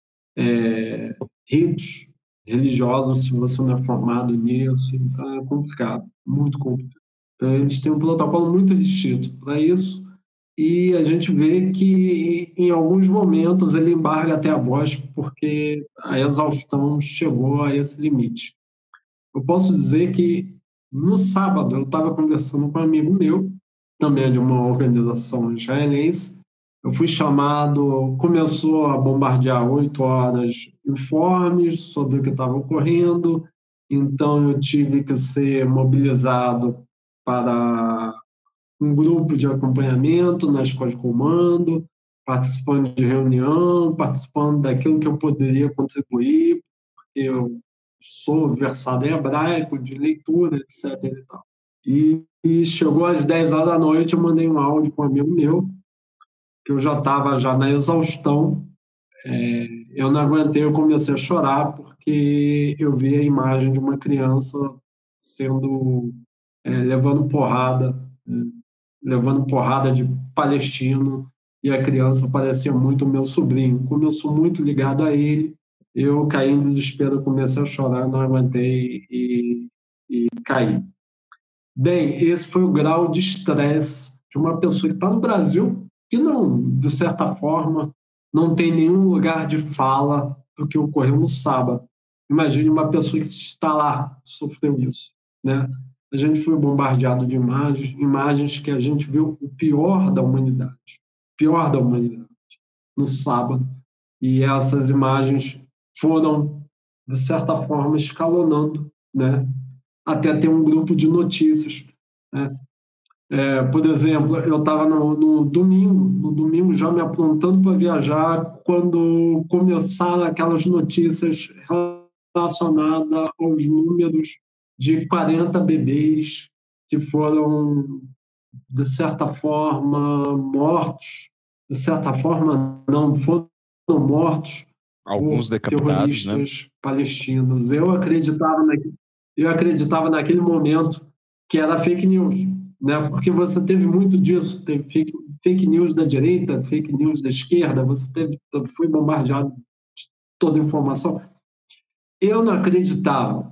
ritos religiosos, se você não é formado nisso. Então é complicado, muito complicado. Então eles têm um protocolo muito restrito para isso, e a gente vê que em alguns momentos ele embarga até a voz porque a exaustão chegou a esse limite. Eu posso dizer que no sábado eu estava conversando com um amigo meu, também de uma organização israelense. Eu fui chamado, começou a bombardear 8 horas informes sobre o que estava ocorrendo, então eu tive que ser mobilizado para um grupo de acompanhamento na escola de comando, participando de reunião, participando daquilo que eu poderia contribuir, porque eu sou versado em hebraico, de leitura, etc. E tal. E chegou às 10 horas da noite, eu mandei um áudio com um amigo meu, que eu já estava na exaustão. Eu não aguentei, eu comecei a chorar, porque eu vi a imagem de uma criança levando porrada de palestino, e a criança parecia muito o meu sobrinho. Como eu sou muito ligado a ele, eu caí em desespero, comecei a chorar, não aguentei e caí. Bem, esse foi o grau de estresse de uma pessoa que está no Brasil e não, de certa forma, não tem nenhum lugar de fala do que ocorreu no sábado. Imagine uma pessoa que está lá, sofreu isso, né? A gente foi bombardeado de imagens que a gente viu o pior da humanidade, no sábado. E essas imagens foram, de certa forma, escalonando, né, até ter um grupo de notícias, né? Por exemplo, eu estava no domingo já me aprontando para viajar, quando começaram aquelas notícias relacionadas aos números de 40 bebês que foram, de certa forma, mortos. De certa forma, não foram mortos. Alguns decapitados, terroristas, né, palestinos. Eu acreditava naquele momento que era fake news, né? Porque você teve muito disso, teve fake news da direita, fake news da esquerda, foi bombardeado de toda a informação. Eu não acreditava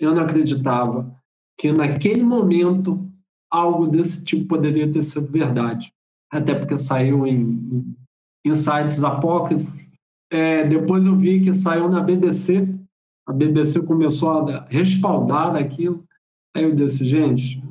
que naquele momento algo desse tipo poderia ter sido verdade, até porque saiu em sites apócrifos. Depois eu vi que saiu na BBC, a BBC começou a respaldar aquilo. Aí eu disse, gente,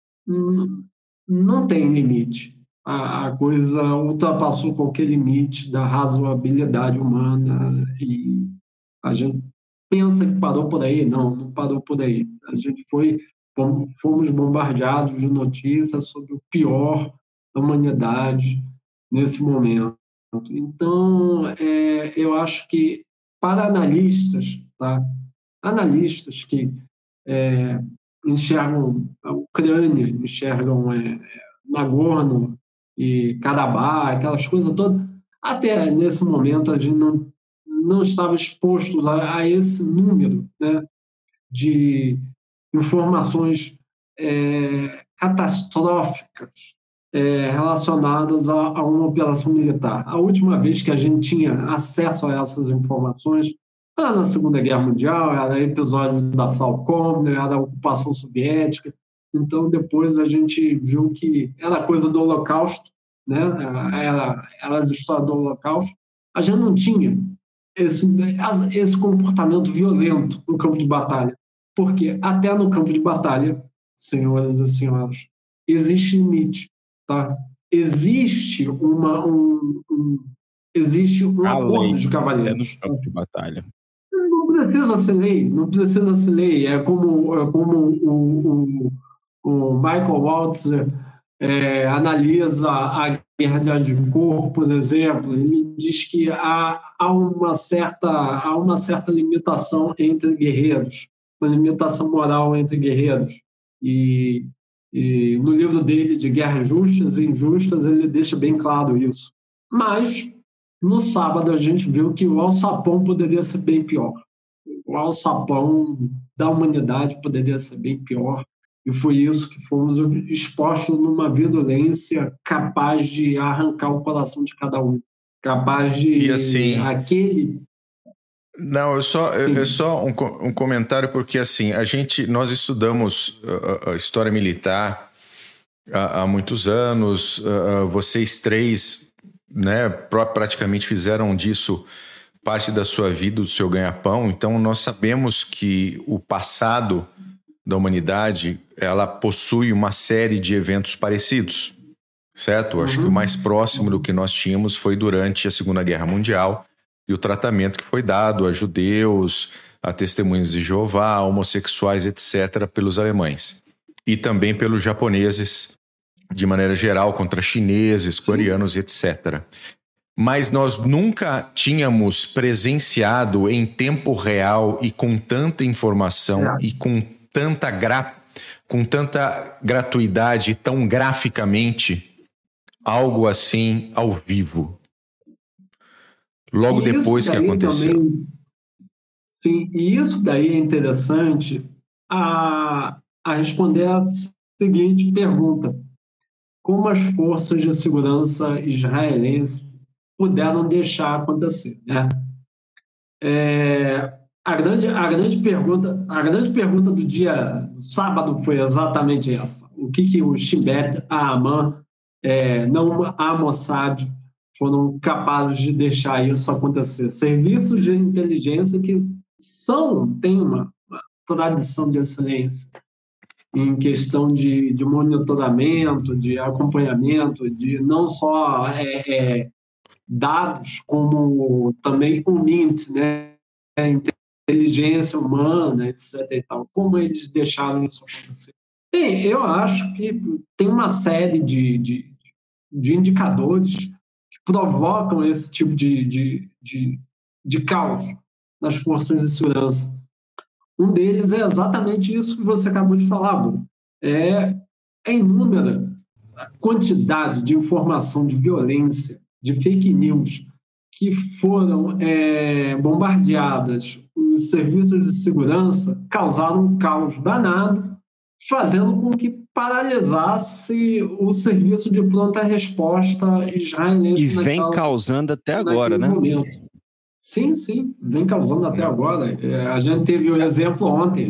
não tem limite. A coisa ultrapassou qualquer limite da razoabilidade humana, e a gente pensa que parou por aí. Não parou por aí. Fomos bombardeados de notícias sobre o pior da humanidade nesse momento. Então, eu acho que para analistas, tá? Analistas que enxergam a Ucrânia, enxergam Nagorno e Karabakh, aquelas coisas todas. Até nesse momento a gente não estava exposto a esse número, né, de informações catastróficas relacionadas a uma operação militar. A última vez que a gente tinha acesso a essas informações era na Segunda Guerra Mundial, era episódio da Falcão, era a ocupação soviética. Então, depois a gente viu que era coisa do Holocausto, né? Era as histórias do Holocausto. A gente não tinha esse comportamento violento no campo de batalha, porque até no campo de batalha, senhoras e senhores, existe limite, tá? Existe um acordo de cavalheiros. No campo de batalha. Não precisa ser lei, não precisa ser lei. É como o Michael Waltzer analisa a guerra de Agincourt, por exemplo. Ele diz que há uma certa limitação entre guerreiros, uma limitação moral entre guerreiros. E no livro dele, de Guerras Justas e Injustas, ele deixa bem claro isso. Mas, no sábado, a gente viu que o alçapão poderia ser bem pior. O alçapão da humanidade poderia ser bem pior. E foi isso que fomos expostos numa violência capaz de arrancar o coração de cada um. Capaz de... E assim... aquele... Não, só um comentário, porque assim, nós estudamos a história militar há muitos anos, vocês três, né, praticamente fizeram disso parte da sua vida, do seu ganha-pão, então nós sabemos que o passado da humanidade, ela possui uma série de eventos parecidos, certo? Acho que o mais próximo do que nós tínhamos foi durante a Segunda Guerra Mundial, e o tratamento que foi dado a judeus, a testemunhas de Jeová, a homossexuais, etc., pelos alemães. E também pelos japoneses, de maneira geral, contra chineses, coreanos, etc. Mas nós nunca tínhamos presenciado em tempo real e com tanta informação e com tanta gratuidade, tão graficamente, algo assim ao vivo. Logo depois que aconteceu. Também, sim, e isso daí é interessante a responder a seguinte pergunta: como as forças de segurança israelenses puderam deixar acontecer, né? A grande pergunta do dia do sábado foi exatamente essa: o que o Shin Bet, a Amman, não a Mossad, foram capazes de deixar isso acontecer. Serviços de inteligência que têm uma tradição de excelência em questão de monitoramento, de acompanhamento, de não só dados, como também um índice, né? Inteligência humana, etc. E tal. Como eles deixaram isso acontecer? Bem, eu acho que tem uma série de indicadores que provocam esse tipo de caos nas forças de segurança. Um deles é exatamente isso que você acabou de falar, Bruno. É inúmera a quantidade de informação, de violência, de fake news que foram bombardeadas. Os serviços de segurança causaram um caos danado, fazendo com que paralisasse o serviço de pronta resposta israelense. E vem causando até agora, né? Momento. Sim, vem causando até agora. A gente teve um exemplo ontem.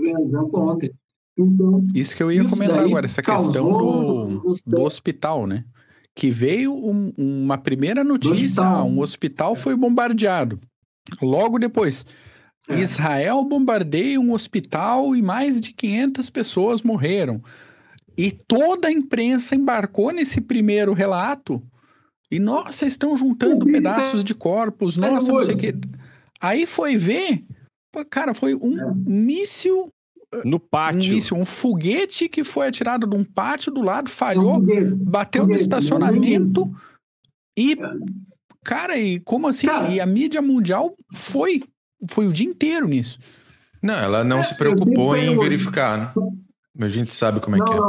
Então, isso que eu ia comentar agora, essa questão do hospital, né? Que veio uma primeira notícia, um hospital foi bombardeado. Logo depois, Israel bombardeia um hospital e mais de 500 pessoas morreram. E toda a imprensa embarcou nesse primeiro relato. E, nossa, estão juntando pedaços de corpos, nossa, não sei o quê. Aí foi ver, cara, foi um míssil... No pátio. Um foguete que foi atirado de um pátio do lado, falhou, bateu no estacionamento e... Cara, e como assim? Cara, e a mídia mundial foi o dia inteiro nisso. Não, ela não se preocupou em verificar, né? A gente sabe como é que é.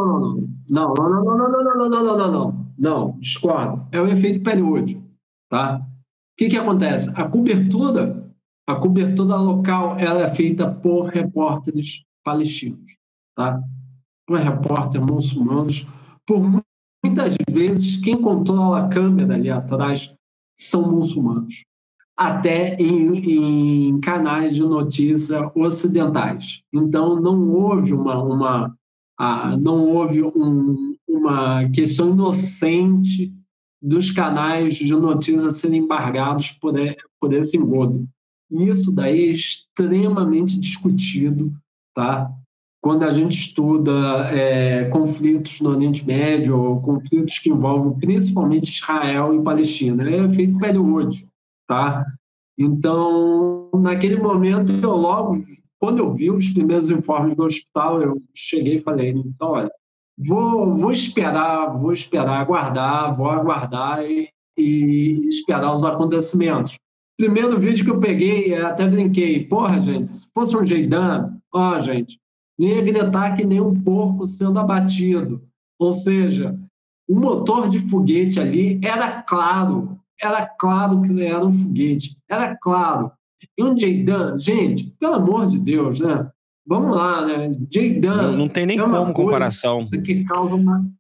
Não, discordo. É o efeito periódico, tá? O que acontece? A cobertura local, ela é feita por repórteres palestinos, tá? Por repórteres muçulmanos. Por muitas vezes, quem controla a câmera ali atrás são muçulmanos. Até em canais de notícia ocidentais. Então, não houve uma questão inocente dos canais de notícia serem embargados por esse engodo. Isso daí é extremamente discutido, tá? Quando a gente estuda conflitos no Oriente Médio, ou conflitos que envolvem principalmente Israel e Palestina, é feito periódico, tá? Então, naquele momento, quando eu vi os primeiros informes do hospital, eu cheguei e falei, então, olha, vou esperar, aguardar e esperar os acontecimentos. Primeiro vídeo que eu peguei, até brinquei, porra, gente, se fosse um Jeidan, gente, ia gritar que nem um porco sendo abatido. Ou seja, o motor de foguete ali era claro que não era um foguete, era claro. E um Jeidan, gente, pelo amor de Deus, né? Vamos lá, né? Jeidan não tem nem como comparação. Que causa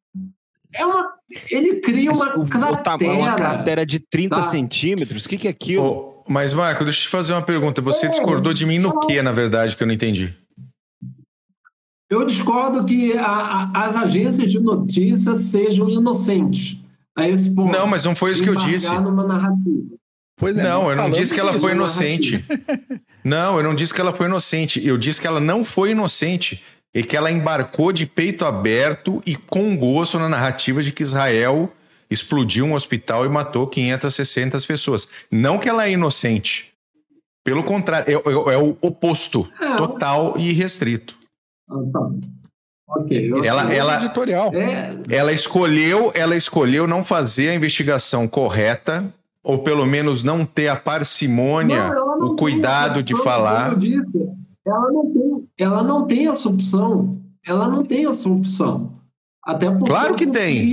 ele cria uma cratera. Uma cratera de 30 centímetros? O que é aquilo? Mas, Marco, deixa eu te fazer uma pergunta. Você discordou de mim no que, na verdade, que eu não entendi? Eu discordo que as agências de notícias sejam inocentes a esse ponto. Não, mas não foi isso que eu disse. Numa narrativa. Pois é, não, eu não disse que ela foi inocente. Não, eu não disse que ela foi inocente. Eu disse que ela não foi inocente e que ela embarcou de peito aberto e com gosto na narrativa de que Israel explodiu um hospital e matou 560 pessoas. Não que ela é inocente. Pelo contrário, é o oposto, total e restrito. Tá. Ok. Editorial. Ela escolheu não fazer a investigação correta, ou pelo menos não ter a parcimônia, o cuidado de falar. Como eu disse, ela não tem essa opção. Ela não tem essa opção. Até porque claro que tem.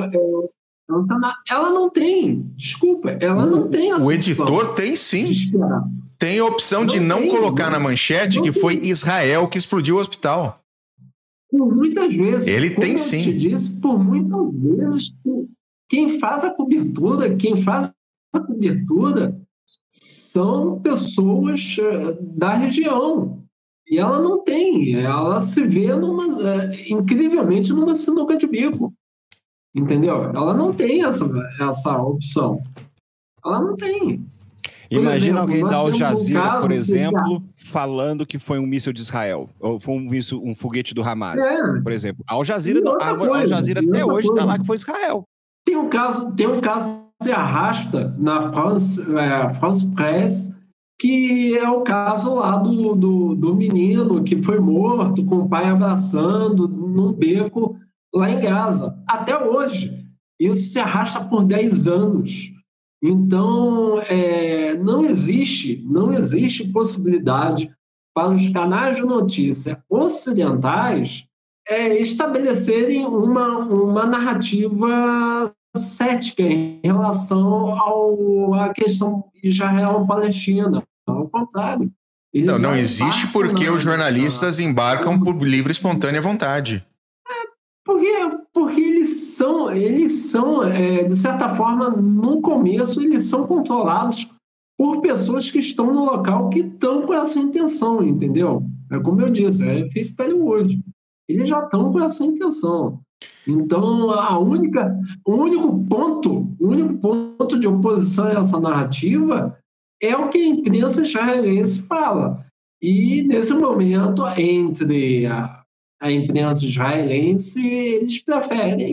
Ela não tem. Desculpa, ela não tem essa opção. O editor tem sim. Tem a opção de não colocar na manchete que foi Israel que explodiu o hospital. Por muitas vezes. Ele tem sim. Te disse, por muitas vezes, quem faz a cobertura são pessoas da região. E ela não tem. Ela se vê incrivelmente numa sinuca de bico. Entendeu? Ela não tem essa opção. Ela não tem. Imagina alguém da Al Jazeera, por exemplo, falando que foi um míssil de Israel, ou foi um foguete do Hamas, por exemplo. A Al Jazeera até hoje está lá que foi Israel. Tem um caso que se arrasta na France Press, que é o caso lá do menino que foi morto com o pai abraçando num beco lá em Gaza. Até hoje. Isso se arrasta por 10 anos. Então, não existe possibilidade para os canais de notícia ocidentais estabelecerem uma narrativa cética em relação à questão Israel-Palestina. Ao contrário. Não existe porque os jornalistas embarcam por livre e espontânea vontade. Porque eles são, de certa forma, no começo, eles são controlados por pessoas que estão no local que estão com essa intenção, entendeu? Como eu disse, é efeito periódico. Eles já estão com essa intenção. Então, o único ponto de oposição a essa narrativa é o que a imprensa israelense fala. E, nesse momento, entre a imprensa israelense, eles preferem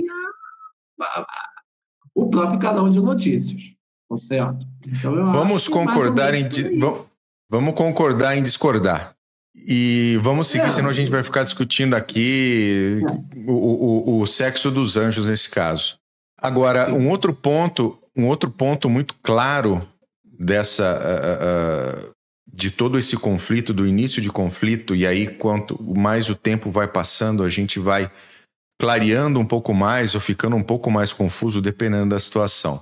o próprio canal de notícias, tá certo? Então, vamos concordar em discordar. E vamos seguir, senão a gente vai ficar discutindo aqui o sexo dos anjos nesse caso. Agora, um outro ponto muito claro de todo esse conflito, do início de conflito, e aí quanto mais o tempo vai passando, a gente vai clareando um pouco mais ou ficando um pouco mais confuso, dependendo da situação.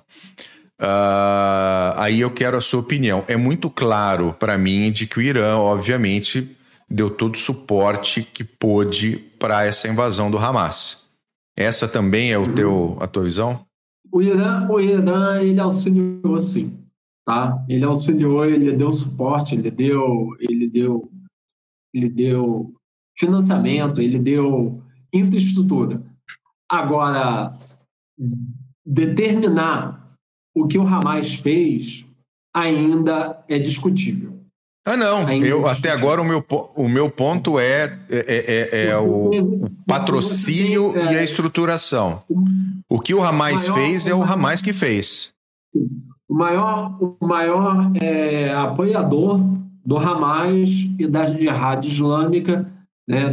Aí eu quero a sua opinião. É muito claro para mim de que o Irã, obviamente, deu todo o suporte que pôde para essa invasão do Hamas. Essa também é a tua visão? O Irã, ele auxiliou, sim. Tá? Ele auxiliou, ele deu suporte, ele deu financiamento, ele deu infraestrutura. Agora, determinar o que o Hamas fez ainda é discutível. Não. Até agora o meu ponto é o patrocínio e a estruturação. O que o Hamas fez é o Hamas que fez. O maior apoiador do Hamas e da Jihad Islâmica, né,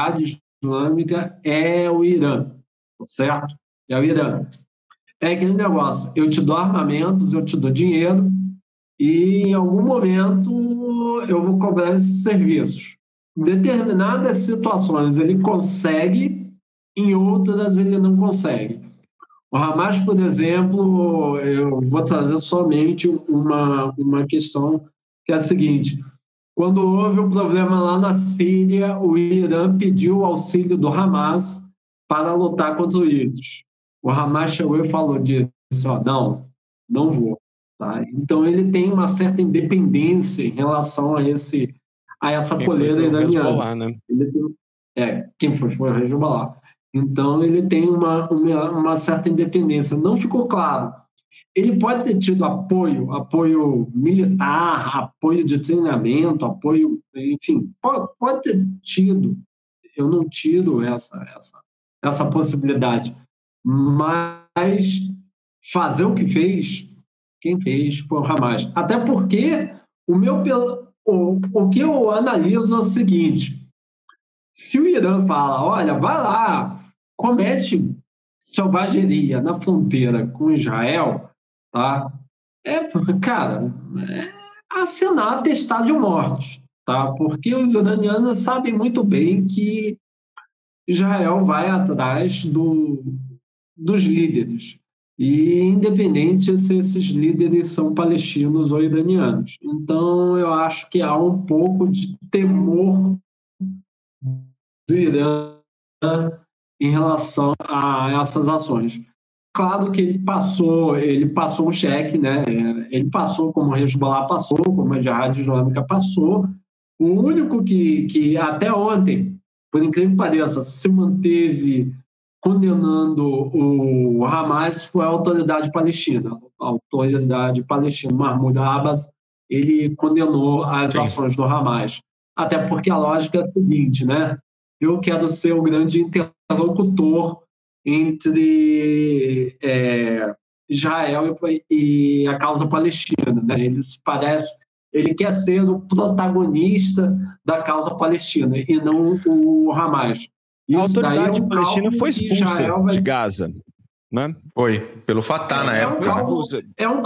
é o Irã, certo? É o Irã. É aquele negócio, eu te dou armamentos, eu te dou dinheiro e em algum momento eu vou cobrar esses serviços. Em determinadas situações ele consegue, em outras ele não consegue. O Hamas, por exemplo, eu vou trazer somente uma questão que é a seguinte: quando houve um problema lá na Síria, o Irã pediu o auxílio do Hamas para lutar contra o ISIS. O Hamas chegou e falou disso, não vou. Tá? Então ele tem uma certa independência em relação a essa coleira iraniana. Né? Quem foi o Hezbollah. Então ele tem uma certa independência. Não ficou claro. Ele pode ter tido apoio militar, apoio de treinamento, apoio, enfim, pode ter tido. Eu não tiro essa possibilidade. Mas fazer o que fez, quem fez foi o Hamas. Até porque o que eu analiso é o seguinte: se o Irã fala, olha, vai lá, comete selvageria na fronteira com Israel, tá? É assinar atestado de morte, tá? Porque os iranianos sabem muito bem que Israel vai atrás dos líderes, e independente se esses líderes são palestinos ou iranianos. Então, eu acho que há um pouco de temor do Irã em relação a essas ações. Claro que ele passou um cheque, né? Ele passou como a Hezbollah passou, como a Jihad Islâmica passou. O único que até ontem, por incrível que pareça, se manteve condenando o Hamas foi a autoridade palestina. A autoridade palestina, Mahmoud Abbas, ele condenou as ações do Hamas. Até porque a lógica é a seguinte, né? Eu quero ser o grande interlocutor entre Israel e a causa palestina, né? Ele quer ser o protagonista da causa palestina e não o Hamas. A autoridade palestina foi expulsa de Gaza, né? Foi, pelo Fatah na época. É um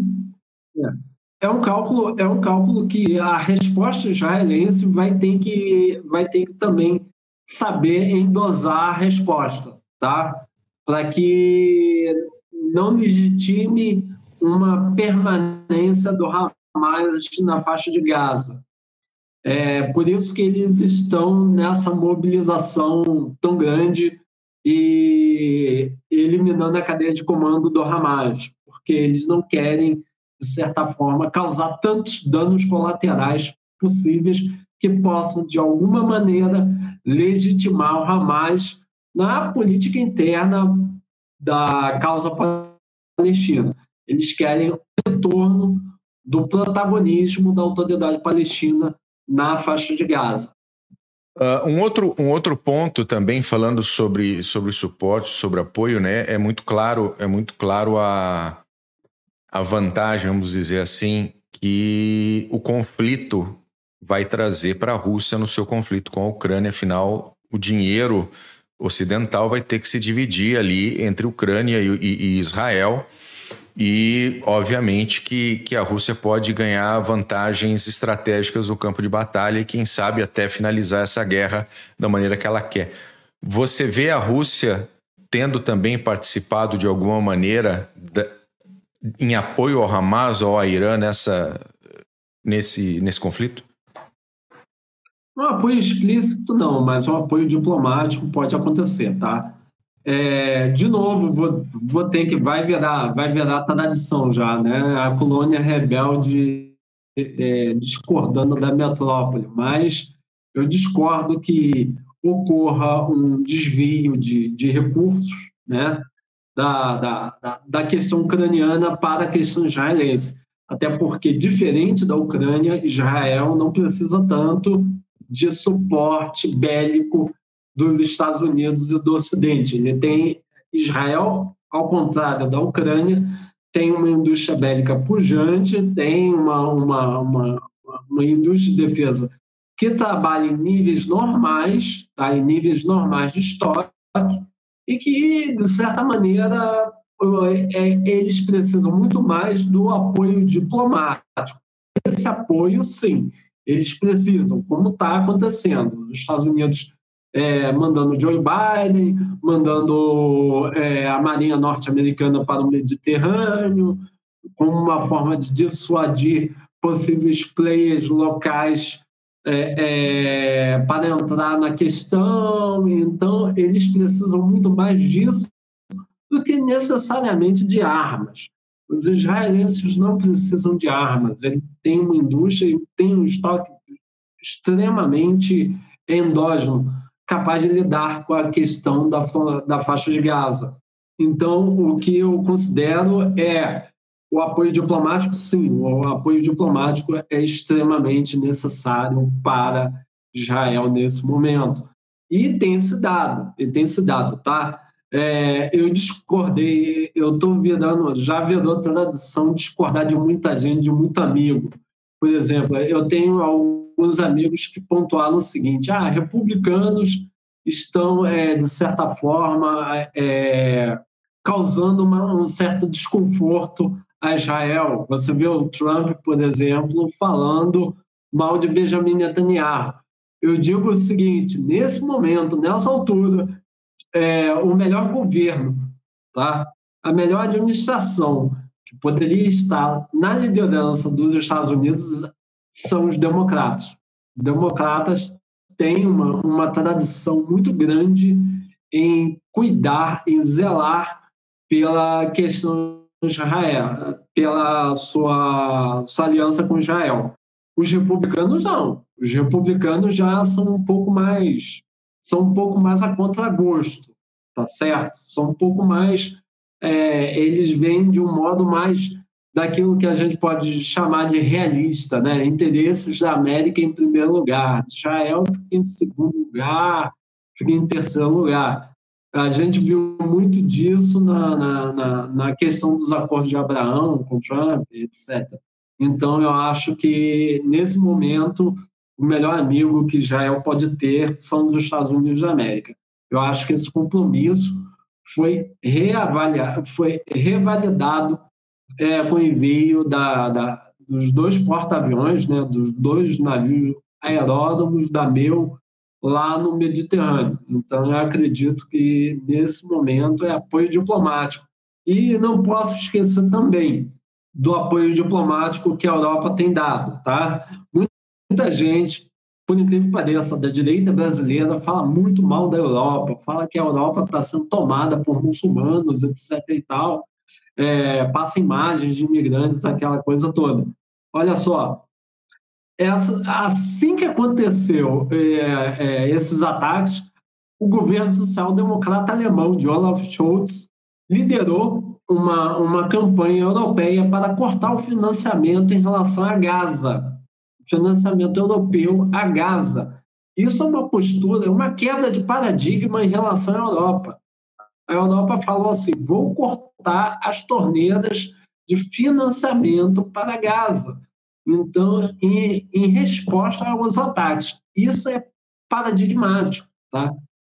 cálculo que a resposta israelense vai ter que também saber endosar a resposta, tá? Para que não legitime uma permanência do Hamas na faixa de Gaza. Por isso que eles estão nessa mobilização tão grande e eliminando a cadeia de comando do Hamas, porque eles não querem, de certa forma, causar tantos danos colaterais possíveis que possam, de alguma maneira, legitimar o Hamas na política interna da causa palestina. Eles querem o retorno do protagonismo da autoridade palestina na faixa de Gaza. Um outro ponto também, falando sobre suporte, sobre apoio, né? É muito claro a vantagem, vamos dizer assim, que o conflito vai trazer para a Rússia no seu conflito com a Ucrânia. Afinal, o dinheiro ocidental vai ter que se dividir ali entre Ucrânia e Israel. E, obviamente, que a Rússia pode ganhar vantagens estratégicas no campo de batalha e, quem sabe, até finalizar essa guerra da maneira que ela quer. Você vê a Rússia tendo também participado de alguma maneira em apoio ao Hamas ou ao Irã nesse conflito? Um apoio explícito não, mas um apoio diplomático pode acontecer, tá? De novo, vai virar tradição já, né? A colônia rebelde discordando da metrópole, mas eu discordo que ocorra um desvio de recursos, né? Da questão ucraniana para a questão israelense. Até porque, diferente da Ucrânia, Israel não precisa tanto de suporte bélico dos Estados Unidos e do Ocidente. Israel, ao contrário da Ucrânia, tem uma indústria bélica pujante, tem uma indústria de defesa que trabalha em níveis normais, tá? Em níveis normais de estoque, e que, de certa maneira, eles precisam muito mais do apoio diplomático. Esse apoio, sim, eles precisam, como está acontecendo. Os Estados Unidos mandando Joe Biden, mandando a Marinha Norte-Americana para o Mediterrâneo, como uma forma de dissuadir possíveis players locais para entrar na questão. Então, eles precisam muito mais disso do que necessariamente de armas. Os israelenses não precisam de armas, eles têm uma indústria, têm um estoque extremamente endógeno, capaz de lidar com a questão da faixa de Gaza. Então, o que eu considero é o apoio diplomático, sim, o apoio diplomático é extremamente necessário para Israel nesse momento. E tem se dado, tá? Eu discordei, já virou tradição discordar de muita gente, de muito amigo. Por exemplo, eu tenho alguns amigos que pontuaram o seguinte: republicanos estão, de certa forma, causando um certo desconforto a Israel. Você vê o Trump, por exemplo, falando mal de Benjamin Netanyahu. Eu digo o seguinte: nesse momento, nessa altura, o melhor governo, tá? A melhor administração que poderia estar na liderança dos Estados Unidos são os democratas. Os democratas têm uma tradição muito grande em cuidar, em zelar pela questão de Israel, pela sua aliança com Israel. Os republicanos não. Os republicanos já são um pouco mais a contragosto, tá certo? São um pouco mais... eles vêm de um modo mais daquilo que a gente pode chamar de realista, né? Interesses da América em primeiro lugar, Israel fica em segundo lugar, fica em terceiro lugar. A gente viu muito disso na questão dos acordos de Abraão com Trump, etc. Então, eu acho que, nesse momento, o melhor amigo que Israel pode ter são os Estados Unidos da América. Eu acho que esse compromisso foi revalidado com o envio dos 2 porta-aviões, né, dos 2 navios aeródromos da MEU lá no Mediterrâneo. Então, eu acredito que, nesse momento, é apoio diplomático. E não posso esquecer também do apoio diplomático que a Europa tem dado, tá? Muita gente, por incrível que pareça, da direita brasileira fala muito mal da Europa, fala que a Europa está sendo tomada por muçulmanos, etc. e tal, passa imagens de imigrantes, aquela coisa toda. Olha só, assim que aconteceu esses ataques, o governo social-democrata alemão de Olaf Scholz liderou uma campanha europeia para cortar o financiamento em relação a Gaza, financiamento europeu a Gaza. Isso é uma postura, uma quebra de paradigma em relação à Europa. A Europa falou assim: vou cortar as torneiras de financiamento para Gaza. Então, em resposta aos ataques. Isso é paradigmático, tá?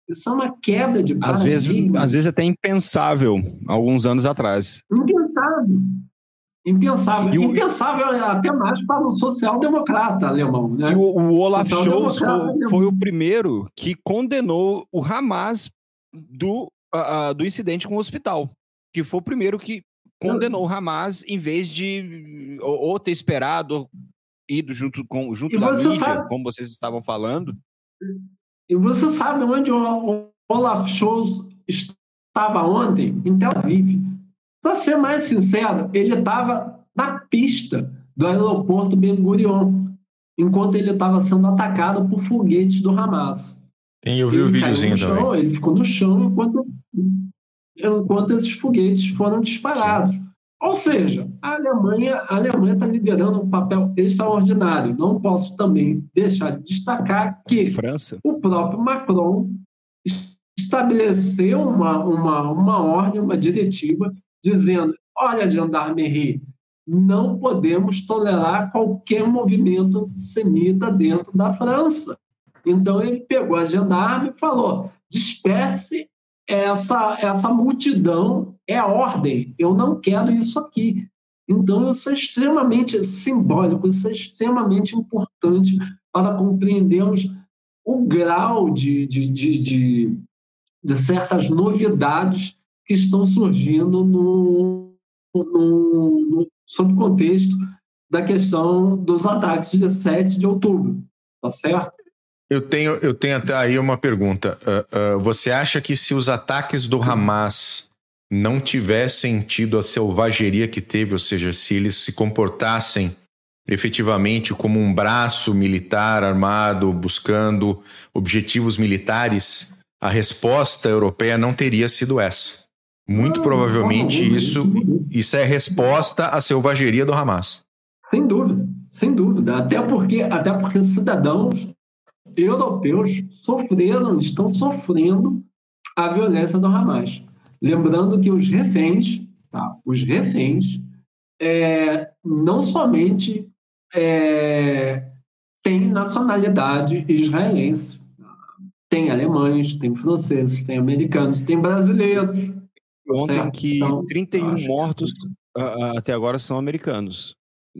Isso é uma quebra de Às paradigma. vezes até impensável, alguns anos atrás. Impensável. Impensável. E o- Impensável até mais para o social-democrata alemão, né? E o Olaf Scholz Social-democrata foi o primeiro que condenou o Hamas do incidente com o hospital. Que foi o primeiro que condenou o Hamas em vez de ou ter esperado, ido junto E da você mídia, sabe- como vocês estavam falando. E você sabe onde o Olaf Scholz estava ontem? Em Tel Aviv. Para ser mais sincero, ele estava na pista do aeroporto Ben Gurion, enquanto ele estava sendo atacado por foguetes do Hamas. Eu vi o Ele caiu videozinho no chão, também. ele ficou no chão enquanto esses foguetes foram disparados. Ou seja, a Alemanha está liderando um papel extraordinário. Não posso também deixar de destacar que França. o próprio Macron estabeleceu uma ordem, uma diretiva, dizendo: olha, Gendarmerie, não podemos tolerar qualquer movimento antissemita dentro da França. Então ele pegou a gendarme e falou: disperse essa multidão, é a ordem, eu não quero isso aqui. Então isso é extremamente simbólico, isso é extremamente importante para compreendermos o grau de certas novidades que estão surgindo sob o contexto da questão dos ataques de 7 de outubro, tá certo? Eu tenho até aí uma pergunta. Você acha que se os ataques do Hamas não tivessem tido a selvageria que teve, ou seja, se eles se comportassem efetivamente como um braço militar armado buscando objetivos militares, a resposta europeia não teria sido essa? Muito provavelmente isso é resposta à selvageria do Hamas. Sem dúvida. Até porque cidadãos europeus estão sofrendo a violência do Hamas. Lembrando que os reféns não somente têm nacionalidade israelense, tem alemães, tem franceses, tem americanos, tem brasileiros. Ontem certo? que Então, 31 mortos até agora são americanos.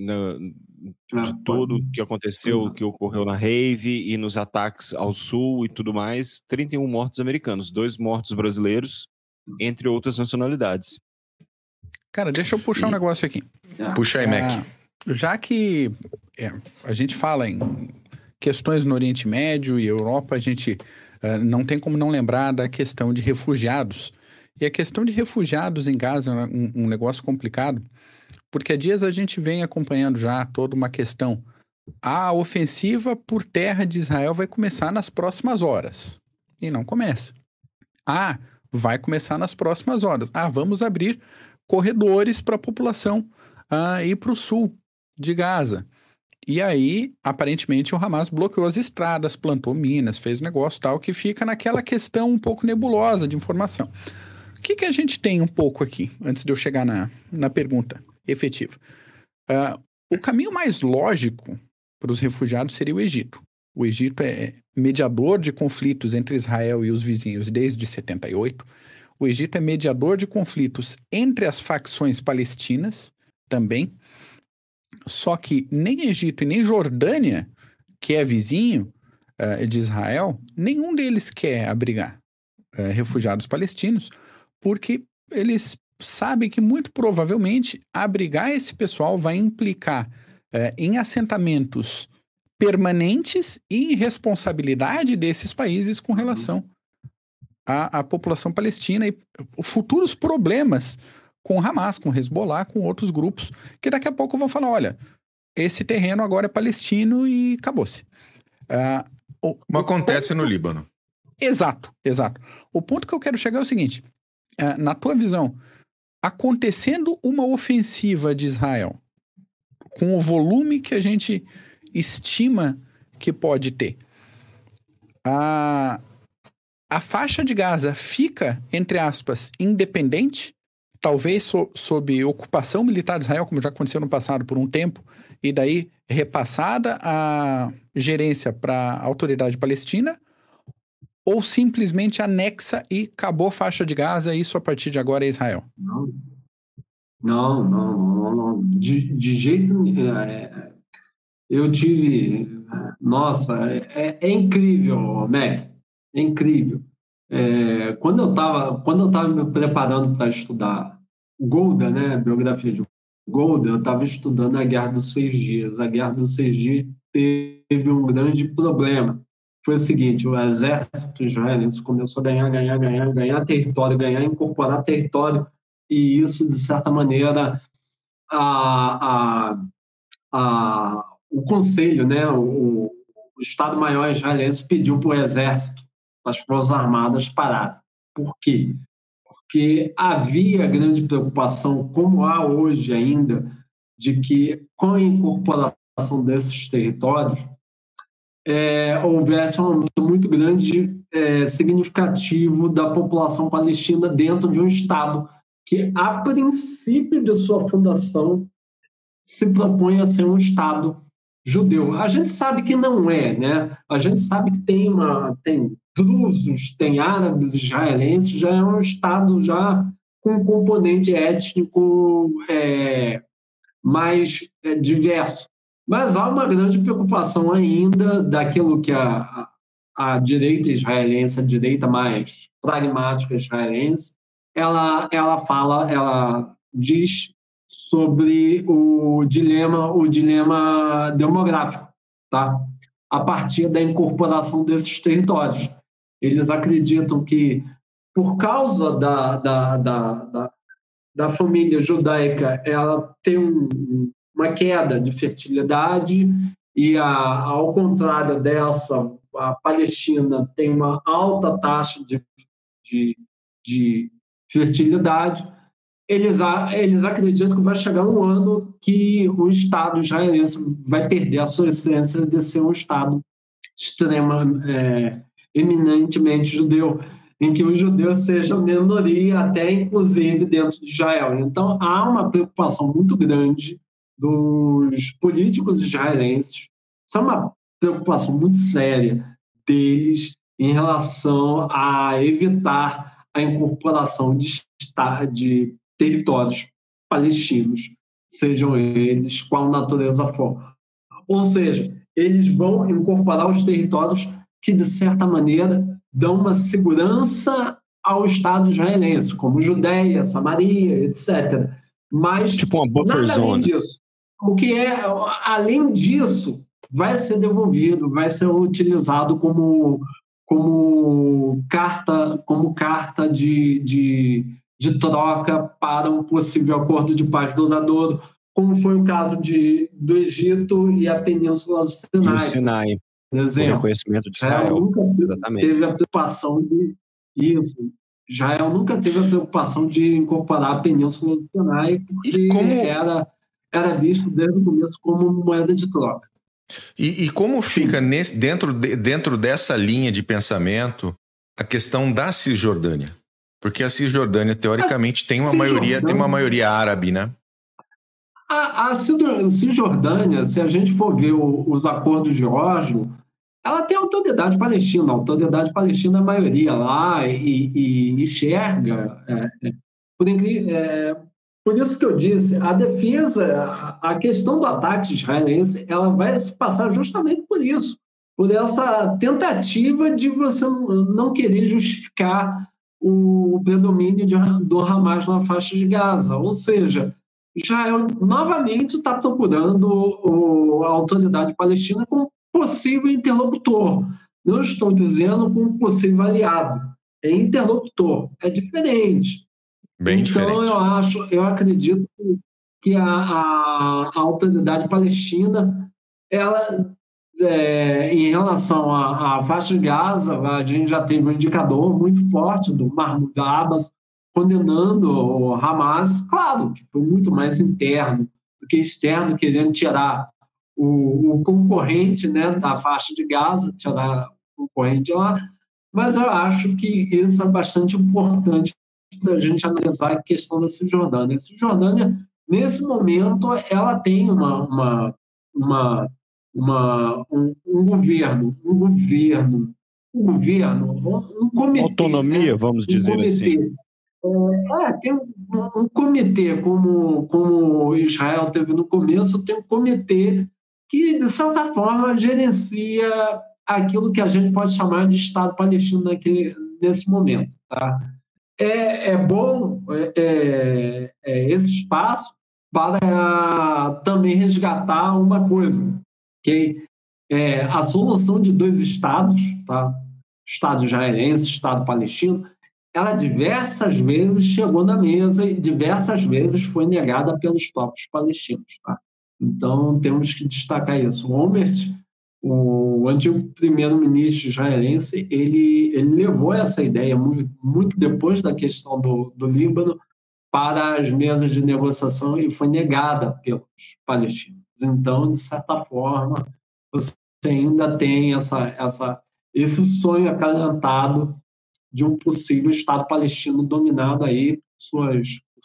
De tudo que aconteceu, que ocorreu na rave e nos ataques ao sul e tudo mais, 31 mortos americanos, 2 mortos brasileiros, entre outras nacionalidades. Cara, deixa eu puxar um negócio aqui. Puxa aí, Mac. Já que a gente fala em questões no Oriente Médio e Europa, a gente não tem como não lembrar da questão de refugiados. E a questão de refugiados em Gaza é um negócio complicado, porque há dias a gente vem acompanhando já toda uma questão. A ofensiva por terra de Israel vai começar nas próximas horas. E não começa. Vai começar nas próximas horas. Vamos abrir corredores para a população ir para o sul de Gaza. E aí, aparentemente, o Hamas bloqueou as estradas, plantou minas, fez negócio tal, que fica naquela questão um pouco nebulosa de informação. O que a gente tem um pouco aqui, antes de eu chegar na pergunta efetiva? O caminho mais lógico para os refugiados seria o Egito. O Egito é mediador de conflitos entre Israel e os vizinhos desde 78. O Egito é mediador de conflitos entre as facções palestinas também. Só que nem Egito e nem Jordânia, que é vizinho de Israel, nenhum deles quer abrigar refugiados palestinos, porque eles sabem que muito provavelmente abrigar esse pessoal vai implicar em assentamentos permanentes e responsabilidade desses países com relação à população palestina e futuros problemas com Hamas, com Hezbollah, com outros grupos, que daqui a pouco vão falar, olha, esse terreno agora é palestino e acabou-se. Como acontece no Líbano. Exato. O ponto que eu quero chegar é o seguinte, na tua visão, acontecendo uma ofensiva de Israel, com o volume que a gente estima que pode ter, a faixa de Gaza fica, entre aspas, independente, talvez sob ocupação militar de Israel, como já aconteceu no passado por um tempo, e daí repassada a gerência para a autoridade palestina, ou simplesmente anexa e acabou a faixa de Gaza, e isso a partir de agora é Israel? Não. De jeito nenhum. Eu tive... Nossa, é incrível, Mac. É incrível. Quando eu estava me preparando para estudar Golda, né, a biografia de Golda, eu estava estudando a Guerra dos 6 Dias. A Guerra dos 6 Dias teve um grande problema. Foi o seguinte: o exército israelense começou a ganhar território, incorporar território, e isso, de certa maneira, o conselho, né, o Estado-Maior israelense pediu para o exército, para as forças armadas parar. Por quê? Porque havia grande preocupação, como há hoje ainda, de que com a incorporação desses territórios houvesse um aumento muito grande, significativo da população palestina dentro de um Estado que, a princípio de sua fundação, se propõe a ser um Estado judeu. A gente sabe que não é, né? A gente sabe que tem drusos, tem árabes israelenses, já é um Estado já com um componente étnico mais diverso. Mas há uma grande preocupação ainda daquilo que a direita israelense, a direita mais pragmática israelense, ela diz sobre o dilema demográfico, tá? A partir da incorporação desses territórios. Eles acreditam que, por causa da família judaica, ela tem uma queda de fertilidade, e, ao contrário dessa, a Palestina tem uma alta taxa de fertilidade. Eles acreditam que vai chegar um ano que o Estado israelense vai perder a sua essência de ser um Estado eminentemente judeu, em que os judeus sejam minoria, até inclusive dentro de Israel. Então, há uma preocupação muito grande dos políticos israelenses, isso é uma preocupação muito séria deles em relação a evitar a incorporação de territórios palestinos, sejam eles qual natureza for. Ou seja, eles vão incorporar os territórios que, de certa maneira, dão uma segurança ao Estado israelense, como Judeia, Samaria, etc. Mas, tipo uma buffer zone. Disso, além disso, vai ser devolvido, vai ser utilizado como carta de troca para um possível acordo de paz duradouro, como foi o caso do Egito e a Península do Sinai. E o Sinai, por exemplo. O reconhecimento de Israel. Nunca Exatamente. teve a preocupação isso. Israel nunca teve a preocupação de incorporar a Península do Sinai, porque era visto desde o começo como moeda de troca. E como fica dentro dessa linha de pensamento a questão da Cisjordânia? Porque a Cisjordânia, teoricamente, tem uma maioria árabe, né? A Cisjordânia, se a gente for ver os acordos de Oslo, ela tem autoridade palestina. A autoridade palestina é a maioria lá e enxerga. Por isso que eu disse, a defesa, a questão do ataque israelense, ela vai se passar justamente por isso, por essa tentativa de você não querer justificar o predomínio do Hamas na faixa de Gaza. Ou seja, Israel novamente está procurando a autoridade palestina como possível interlocutor. Não estou dizendo como possível aliado. É interlocutor, é diferente. Bem então, diferente. eu acredito que a autoridade palestina, ela, em relação à faixa de Gaza, a gente já teve um indicador muito forte do Mahmoud Abbas condenando o Hamas, claro, que foi muito mais interno do que externo, querendo tirar o concorrente, né, da faixa de Gaza, tirar o concorrente lá, mas eu acho que isso é bastante importante para a gente analisar a questão da Cisjordânia. A Cisjordânia, nesse momento, ela tem um governo governo, um comitê. Autonomia, né? Vamos dizer comitê. assim. Tem um comitê, como Israel teve no começo, tem um comitê que, de certa forma, gerencia aquilo que a gente pode chamar de Estado palestino nesse momento. Tá? É bom esse espaço para também resgatar uma coisa, que a solução de 2 estados, tá? Estado israelense, Estado palestino, ela diversas vezes chegou na mesa e diversas vezes foi negada pelos próprios palestinos. Tá? Então, temos que destacar isso. O Olmert, o antigo primeiro-ministro israelense, ele levou essa ideia muito depois da questão do Líbano para as mesas de negociação e foi negada pelos palestinos. Então, de certa forma, você ainda tem esse sonho acalentado de um possível Estado palestino dominado aí por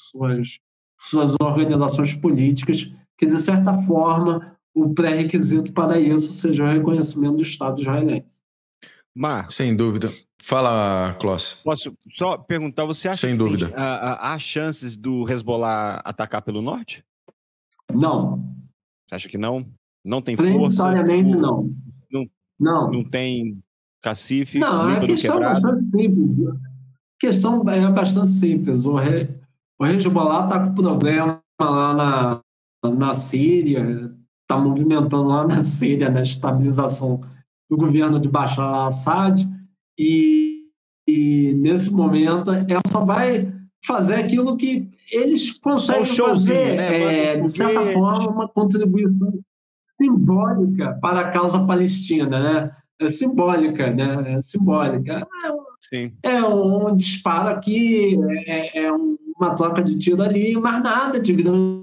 suas organizações políticas, que, de certa forma, o pré-requisito para isso seja o reconhecimento do Estado israelense. Marcos. Sem dúvida. Fala, Kloss. Posso só perguntar, você acha Sem dúvida. Que há chances do Hezbollah atacar pelo norte? Não. Você acha que não? Não tem força? Prioritariamente, não. Não tem cacife? Não, a questão é bastante simples. A questão é bastante simples. O Hezbollah está com problema lá na Síria, está movimentando lá na Síria, na estabilização do governo de Bashar al-Assad, e nesse momento ela só vai fazer aquilo que eles conseguem fazer, né? De certa forma, uma contribuição simbólica para a causa palestina, né? Simbólica, né? Simbólica. Sim. É um disparo aqui, uma troca de tiro ali, mas nada de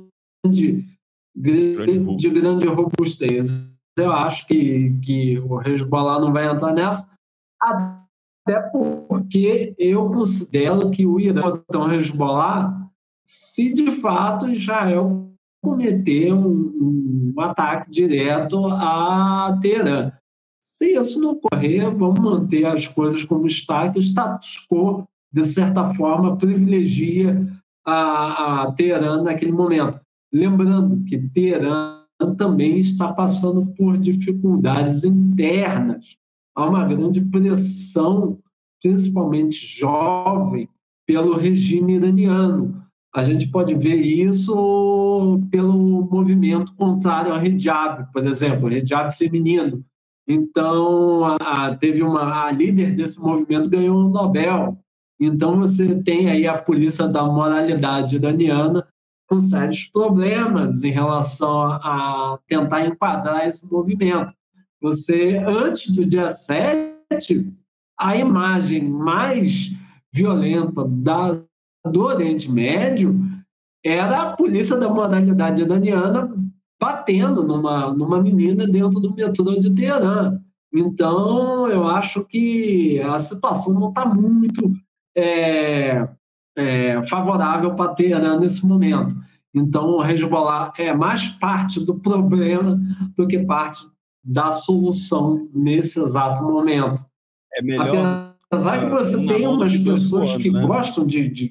grande robustez. Eu acho que o Hezbollah não vai entrar nessa, até porque eu considero que o Irã, então o Hezbollah, se de fato Israel cometer um ataque direto a Teherã. Se isso não ocorrer, vamos manter as coisas como está, que o status quo, de certa forma, privilegia a Teherã naquele momento. Lembrando que Teherã também está passando por dificuldades internas. Há uma grande pressão, principalmente jovem, pelo regime iraniano. A gente pode ver isso pelo movimento contrário ao hijab, por exemplo, o hijab feminino. Então, a líder desse movimento ganhou um Nobel. Então, você tem aí a polícia da moralidade iraniana com sérios problemas em relação a tentar enquadrar esse movimento. Antes do dia 7, a imagem mais violenta do Oriente Médio era a polícia da moralidade iraniana batendo numa menina dentro do metrô de Teherã. Então, eu acho que a situação não está muito favorável para Teherã nesse momento. Então, o Hezbollah é mais parte do problema do que parte da solução nesse exato momento. É melhor. Apesar que você tem umas pessoas que gostam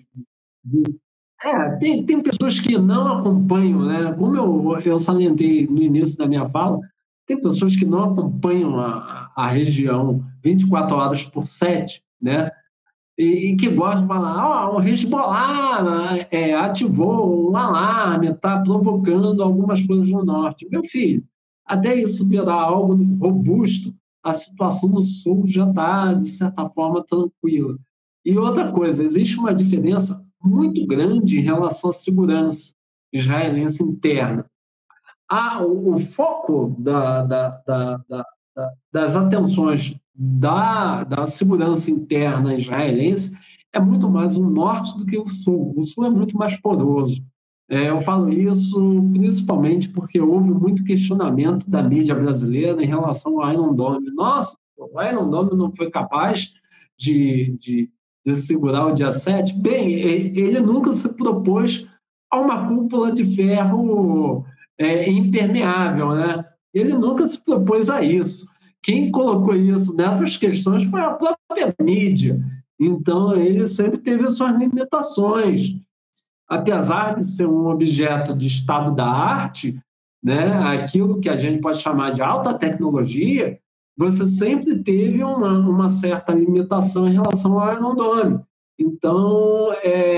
tem pessoas que não acompanham, né? Como eu salientei no início da minha fala, tem pessoas que não acompanham a região 24 horas por 7, né? E que gostam de falar, o Hezbollah ativou um alarme, está provocando algumas coisas no norte. Meu filho, até isso virar algo robusto, a situação no sul já está, de certa forma, tranquila. E outra coisa, existe uma diferença muito grande em relação à segurança israelense interna. O foco das atenções da segurança interna israelense é muito mais o norte do que o sul. O sul é muito mais poroso. Eu falo isso principalmente porque houve muito questionamento da mídia brasileira em relação ao Iron Dome. Nossa, o Iron Dome não foi capaz de segurar o dia 7? Bem, ele nunca se propôs a uma cúpula de ferro impermeável, né? Ele nunca se propôs a isso. quem colocou isso nessas questões foi a própria mídia. Então, ele sempre teve suas limitações. Apesar de ser um objeto de estado da arte, né, aquilo que a gente pode chamar de alta tecnologia, você sempre teve uma certa limitação em relação ao Iron Dome. Então,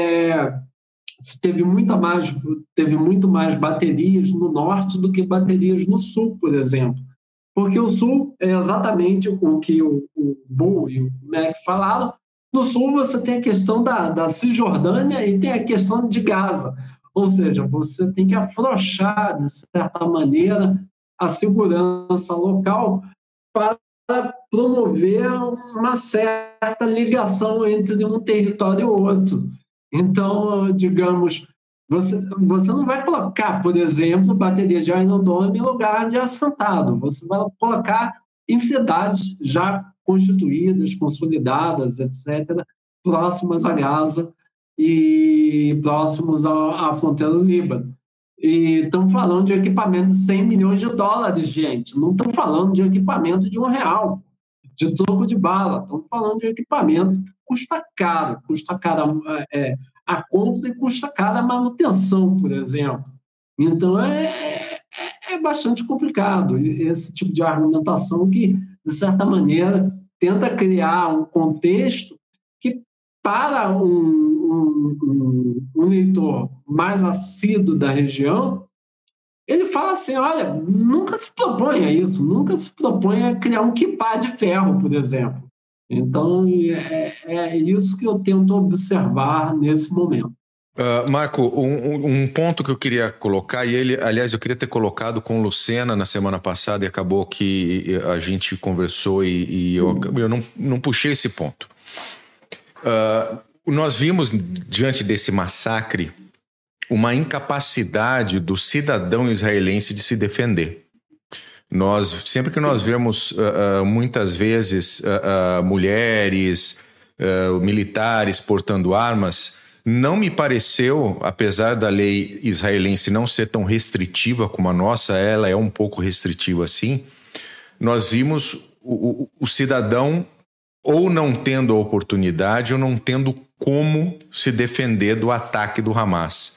teve muito mais baterias no norte do que baterias no sul, por exemplo. Porque o sul é exatamente o que o Bull e o Mac falaram. No sul você tem a questão da Cisjordânia e tem a questão de Gaza. Ou seja, você tem que afrouxar, de certa maneira, a segurança local para promover uma certa ligação entre um território e outro. Então, digamos, você não vai colocar, por exemplo, baterias de Iron Dome em lugar de assentado. Você vai colocar em cidades já constituídas, consolidadas, etc., próximas a Gaza e próximos à fronteira do Líbano. E estamos falando de equipamento de 100 milhões de dólares, gente. Não estamos falando de equipamento de R$1, de troco de bala. Estamos falando de equipamento que custa caro a compra e custa caro a manutenção, por exemplo. Então, é bastante complicado esse tipo de argumentação que, de certa maneira, tenta criar um contexto que, para um leitor mais assíduo da região, ele fala assim, olha, nunca se propõe a isso, nunca se propõe a criar um quipá de ferro, por exemplo. Então, é isso que eu tento observar nesse momento. Marco, um ponto que eu queria colocar, e ele, aliás, eu queria ter colocado com o Lucena na semana passada e acabou que a gente conversou e eu não puxei esse ponto. Nós vimos, diante desse massacre, uma incapacidade do cidadão israelense de se defender. Sempre que nós vemos, muitas vezes, mulheres, militares portando armas, não me pareceu, apesar da lei israelense não ser tão restritiva como a nossa, ela é um pouco restritiva assim, nós vimos o cidadão ou não tendo a oportunidade ou não tendo como se defender do ataque do Hamas.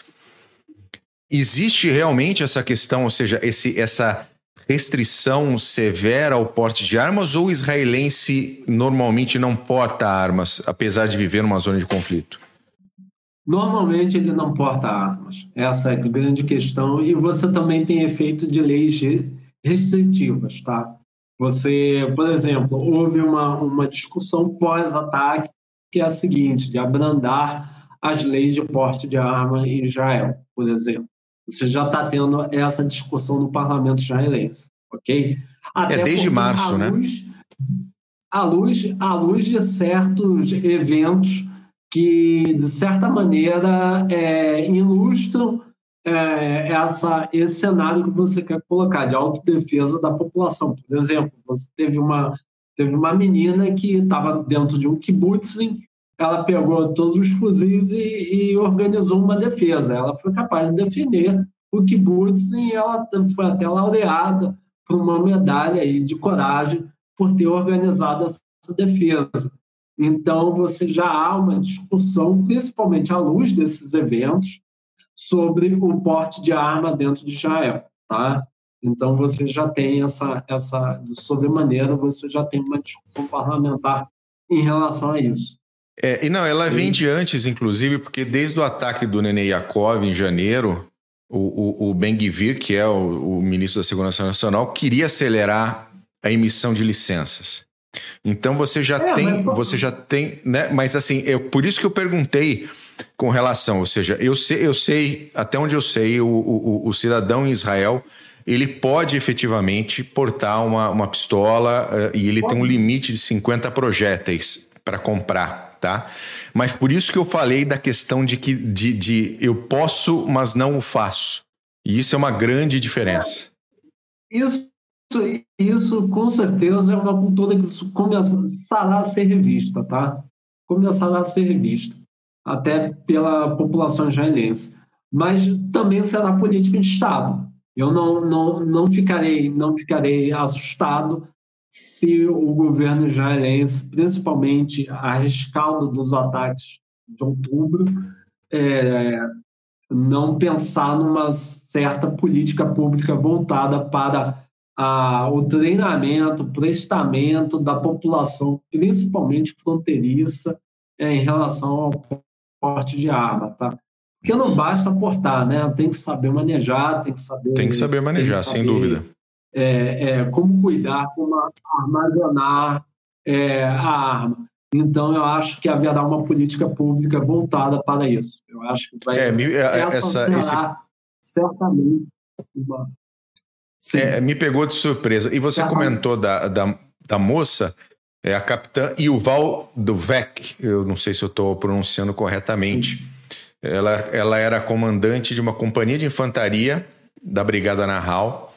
Existe realmente essa questão, ou seja, essa restrição severa ao porte de armas, ou o israelense normalmente não porta armas, apesar de viver numa zona de conflito? Normalmente ele não porta armas. Essa é a grande questão. E você também tem efeito de leis restritivas, tá? Você, por exemplo, houve uma discussão pós-ataque que é a seguinte, de abrandar as leis de porte de arma em Israel, por exemplo. Você já está tendo essa discussão no parlamento israelense, ok? Até desde março, né? À luz de certos eventos que, de certa maneira, ilustram esse cenário que você quer colocar, de autodefesa da população. Por exemplo, você teve uma menina que estava dentro de um kibbutzim, ela pegou todos os fuzis e organizou uma defesa. Ela foi capaz de defender o kibbutzim e ela foi até laureada por uma medalha aí de coragem por ter organizado essa defesa. Então, você já há uma discussão, principalmente à luz desses eventos, sobre o porte de arma dentro de Israel, tá? Então, você já tem de sobremaneira, você já tem uma discussão parlamentar em relação a isso. Ela vem de antes, inclusive, porque desde o ataque do Nenê Yaakov, em janeiro, o Ben-Gvir, que é o ministro da Segurança Nacional, queria acelerar a emissão de licenças. Então você já tem, né? Mas assim, por isso que eu perguntei com relação, ou seja, eu sei, até onde eu sei, o cidadão em Israel, ele pode efetivamente portar uma pistola e ele tem um limite de 50 projéteis para comprar, tá? Mas por isso que eu falei da questão de eu posso, mas não o faço. E isso é uma grande diferença. Isso com certeza é uma cultura que começará a ser revista, tá? Começará a ser revista, até pela população israelense. Mas também será política de Estado. Eu não ficarei assustado se o governo israelense, principalmente a rescaldo dos ataques de outubro, não pensar numa certa política pública voltada para o treinamento, o prestamento da população, principalmente fronteiriça, em relação ao porte de arma, tá? Porque não basta portar, né? Tem que saber manejar, tem que saber manejar, sem dúvida. Como cuidar, como armazenar a arma. Então, eu acho que haverá uma política pública voltada para isso. Eu acho que vai certamente uma... me pegou de surpresa. E você comentou da moça, a capitã Yuval Dovec, eu não sei se eu estou pronunciando corretamente. Ela era comandante de uma companhia de infantaria da Brigada Nahal.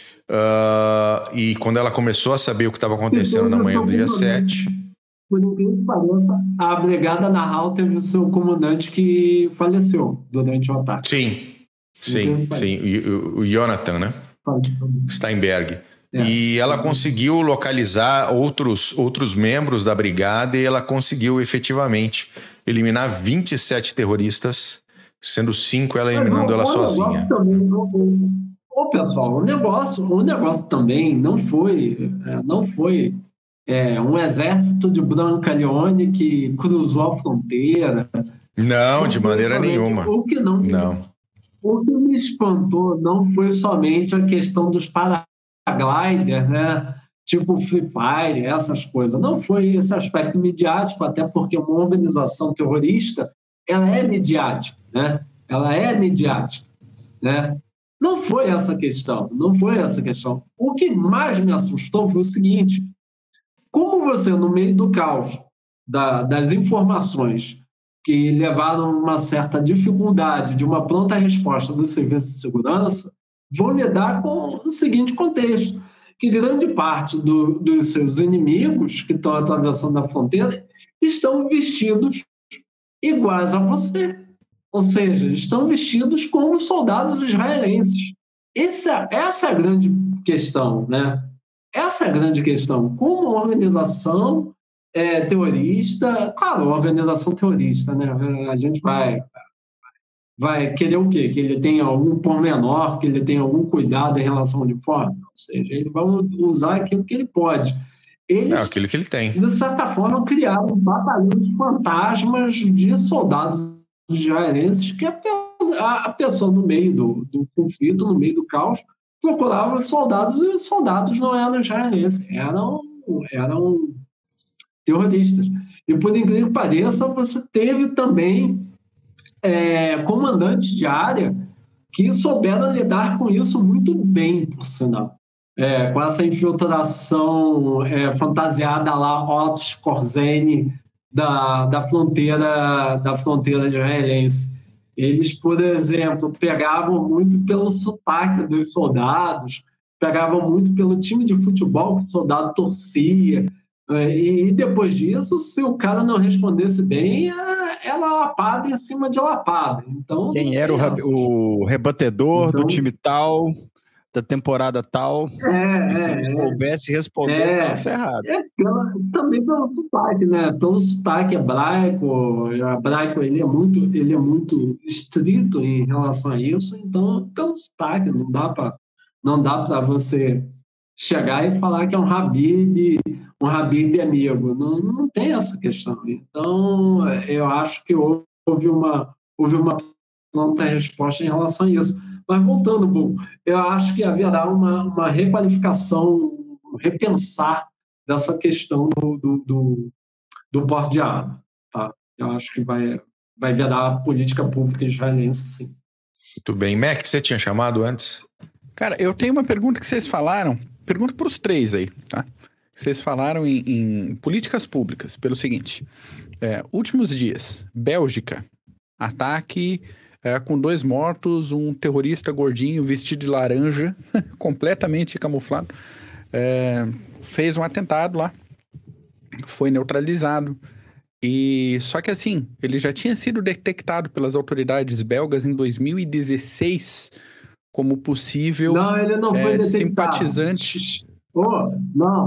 E quando ela começou a saber o que estava acontecendo na manhã do dia 7... Por incrível que pareça, a Brigada Nahal teve o seu comandante que faleceu durante o ataque. Sim. O Jonathan, né? Steinberg. E ela conseguiu localizar outros membros da brigada e ela conseguiu efetivamente eliminar 27 terroristas, sendo 5 ela eliminando ela sozinha. Pessoal, o negócio também não foi um exército de Brancaleone que cruzou a fronteira. Não, de maneira nenhuma. O que me espantou não foi somente a questão dos paragliders, né? Tipo Free Fire, essas coisas. Não foi esse aspecto midiático, até porque uma organização terrorista, ela é midiática, né? Não foi essa questão. O que mais me assustou foi o seguinte: como você, no meio do caos das informações que levaram a uma certa dificuldade de uma pronta resposta do serviço de segurança, vão lidar com o seguinte contexto, que grande parte dos seus inimigos que estão atravessando a fronteira estão vestidos iguais a você. Ou seja, estão vestidos como soldados israelenses. Essa é a grande questão, né? Essa é a grande questão. Como organização terrorista, claro, organização terrorista, né? A gente vai querer o quê? Que ele tenha algum pormenor, que ele tenha algum cuidado em relação ao uniforme? Ou seja, eles vão usar aquilo que ele pode. Aquilo que ele tem. De certa forma, criaram um batalhão de fantasmas de soldados israelenses que a pessoa no meio do conflito, no meio do caos, procurava soldados e os soldados não eram israelenses, eram terroristas. E por incrível que pareça, você teve também comandantes de área que souberam lidar com isso muito bem, por sinal. Com essa infiltração fantasiada lá, Otto Skorzeny, da fronteira israelense. Eles, por exemplo, pegavam muito pelo sotaque dos soldados, pegavam muito pelo time de futebol que o soldado torcia. E depois disso, se o cara não respondesse bem, era lapada em cima de lapada. Então, quem era o rebatedor do time tal, da temporada tal, se não soubesse responder, estava ferrado. Também pelo sotaque, né? Pelo sotaque hebraico. O hebraico ele é muito estrito em relação a isso, então pelo sotaque não dá para você chegar e falar que é um Habib amigo. Não tem essa questão. Então, eu acho que houve uma pronta resposta em relação a isso. Mas voltando, Bull, eu acho que haverá uma requalificação, um repensar dessa questão do porte de arma. Tá? Eu acho que vai virar a política pública israelense, sim. Muito bem. Mac, você tinha chamado antes? Cara, eu tenho uma pergunta que vocês falaram, pergunta para os três aí, tá? Vocês falaram em políticas públicas, pelo seguinte, últimos dias, Bélgica, ataque com 2 mortos, um terrorista gordinho vestido de laranja, completamente camuflado, fez um atentado lá, foi neutralizado, e só que assim, ele já tinha sido detectado pelas autoridades belgas em 2016 como possível não, ele não foi simpatizante. Não,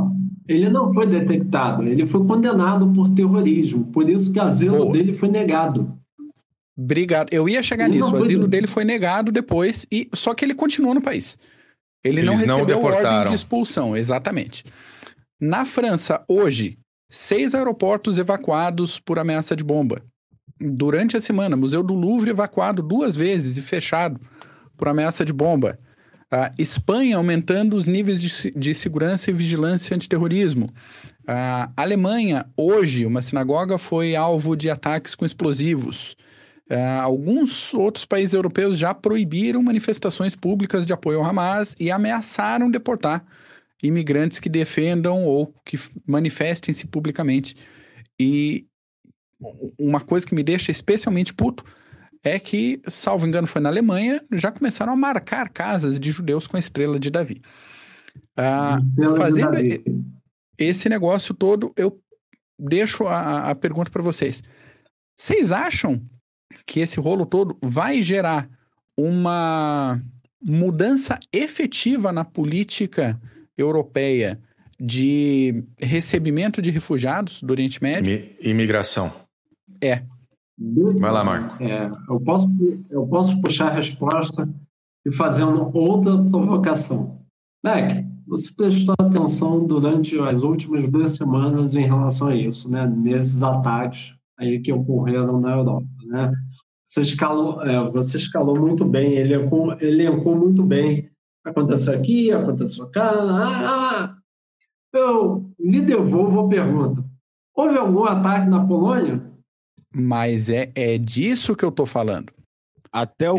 ele não foi detectado, ele foi condenado por terrorismo, por isso que o asilo dele foi negado. Obrigado. Eu ia chegar nisso. O asilo dele foi negado depois, só que ele continuou no país. Ele não recebeu ordem de expulsão, exatamente. Na França, hoje, 6 aeroportos evacuados por ameaça de bomba. Durante a semana, Museu do Louvre evacuado 2 vezes e fechado por ameaça de bomba. A Espanha aumentando os níveis de segurança e vigilância antiterrorismo. A Alemanha, hoje, uma sinagoga foi alvo de ataques com explosivos. Alguns outros países europeus já proibiram manifestações públicas de apoio ao Hamas e ameaçaram deportar imigrantes que defendam ou que manifestem-se publicamente. E uma coisa que me deixa especialmente puto é que, salvo engano, foi na Alemanha, já começaram a marcar casas de judeus com a estrela de Davi. Fazendo esse negócio todo, eu deixo a pergunta para vocês. Vocês acham que esse rolo todo vai gerar uma mudança efetiva na política europeia de recebimento de refugiados do Oriente Médio? Imigração. Vai lá, Marco. Eu posso puxar a resposta e fazer uma outra provocação. Mac, você prestou atenção durante as últimas 2 semanas em relação a isso, né? Nesses ataques aí que ocorreram na Europa, né? Você escalou muito bem, ele elencou muito bem. Aconteceu aqui, aconteceu cá. Eu lhe devolvo a pergunta. Houve algum ataque na Polônia? Mas é disso que eu tô falando. Até o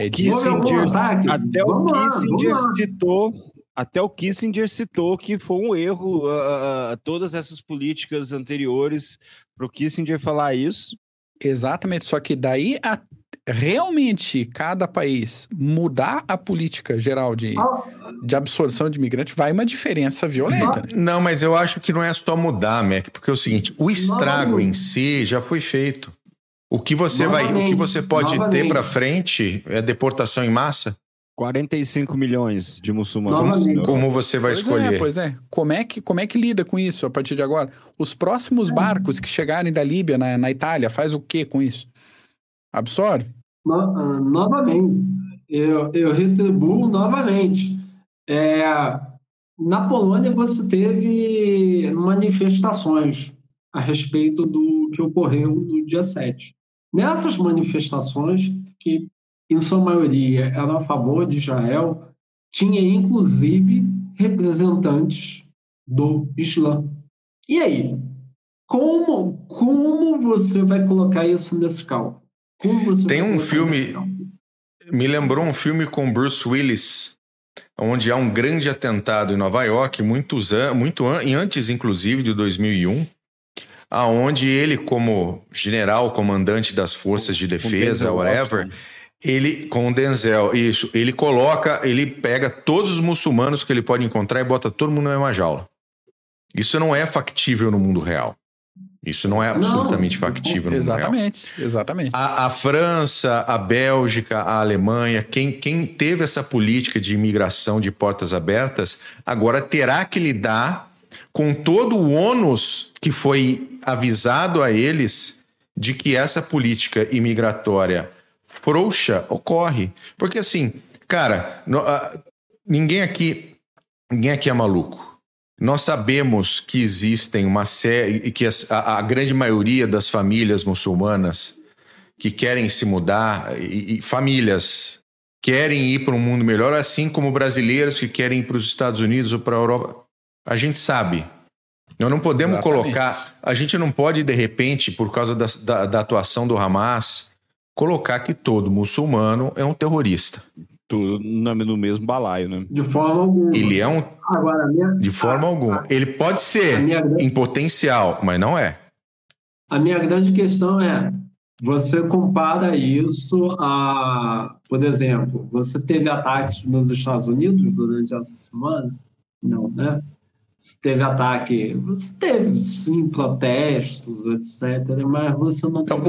Kissinger citou que foi um erro todas essas políticas anteriores para o Kissinger falar isso. Exatamente, só que daí realmente cada país mudar a política geral de absorção de imigrantes vai uma diferença violenta. Né? Não, mas eu acho que não é só mudar, Mac, porque é o seguinte, o estrago em si já foi feito. O que você pode ter para frente é deportação em massa? 45 milhões de muçulmanos. Como você vai escolher? Pois é. Como é que lida com isso a partir de agora? Os próximos barcos que chegarem da Líbia na Itália, faz o que com isso? Absorve? Novamente. Eu retribuo novamente. Na Polônia você teve manifestações a respeito do que ocorreu no dia 7. Nessas manifestações, que em sua maioria eram a favor de Israel, tinha inclusive representantes do Islã. E aí? Como você vai colocar isso nesse cálculo? Tem um filme, me lembrou um filme com Bruce Willis, onde há um grande atentado em Nova York, antes inclusive de 2001, aonde ele, como general, comandante das forças de defesa, whatever, com o Denzel, ele pega todos os muçulmanos que ele pode encontrar e bota todo mundo na mesma jaula. Isso não é factível no mundo real. Isso não é absolutamente factível no mundo real. Exatamente. A França, a Bélgica, a Alemanha, quem teve essa política de imigração de portas abertas, agora terá que lidar com todo o ônus que foi avisado a eles de que essa política imigratória frouxa ocorre. Porque assim, cara, ninguém aqui é maluco. Nós sabemos que existem uma série, e que a grande maioria das famílias muçulmanas que querem se mudar, e famílias querem ir para um mundo melhor, assim como brasileiros que querem ir para os Estados Unidos ou para a Europa. A gente sabe. Nós não podemos a gente não pode, de repente, por causa da atuação do Hamas, colocar que todo muçulmano é um terrorista. Tudo no mesmo balaio, né? De forma alguma. Ele é um... de forma alguma. Ele pode ser em potencial, mas não é. A minha grande questão é, você compara isso a... Por exemplo, você teve ataques nos Estados Unidos durante essa semana? Não, né? Você teve ataque... Você teve, sim, protestos, etc., mas você não... Então,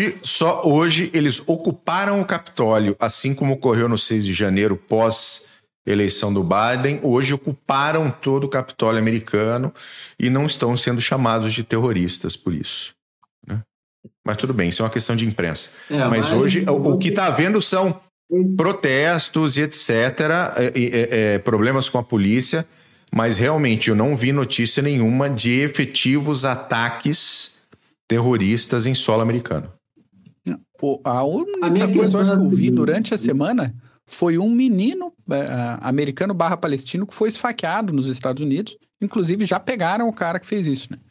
hoje, eles ocuparam o Capitólio, assim como ocorreu no 6 de janeiro, pós eleição do Biden, hoje ocuparam todo o Capitólio americano e não estão sendo chamados de terroristas por isso, né? Mas tudo bem, isso é uma questão de imprensa. Mas hoje o que está havendo são protestos e etc., problemas com a polícia, mas realmente eu não vi notícia nenhuma de efetivos ataques terroristas em solo americano. A única coisa que eu vi durante a semana foi um menino americano / palestino que foi esfaqueado nos Estados Unidos. Inclusive, já pegaram o cara que fez isso, né?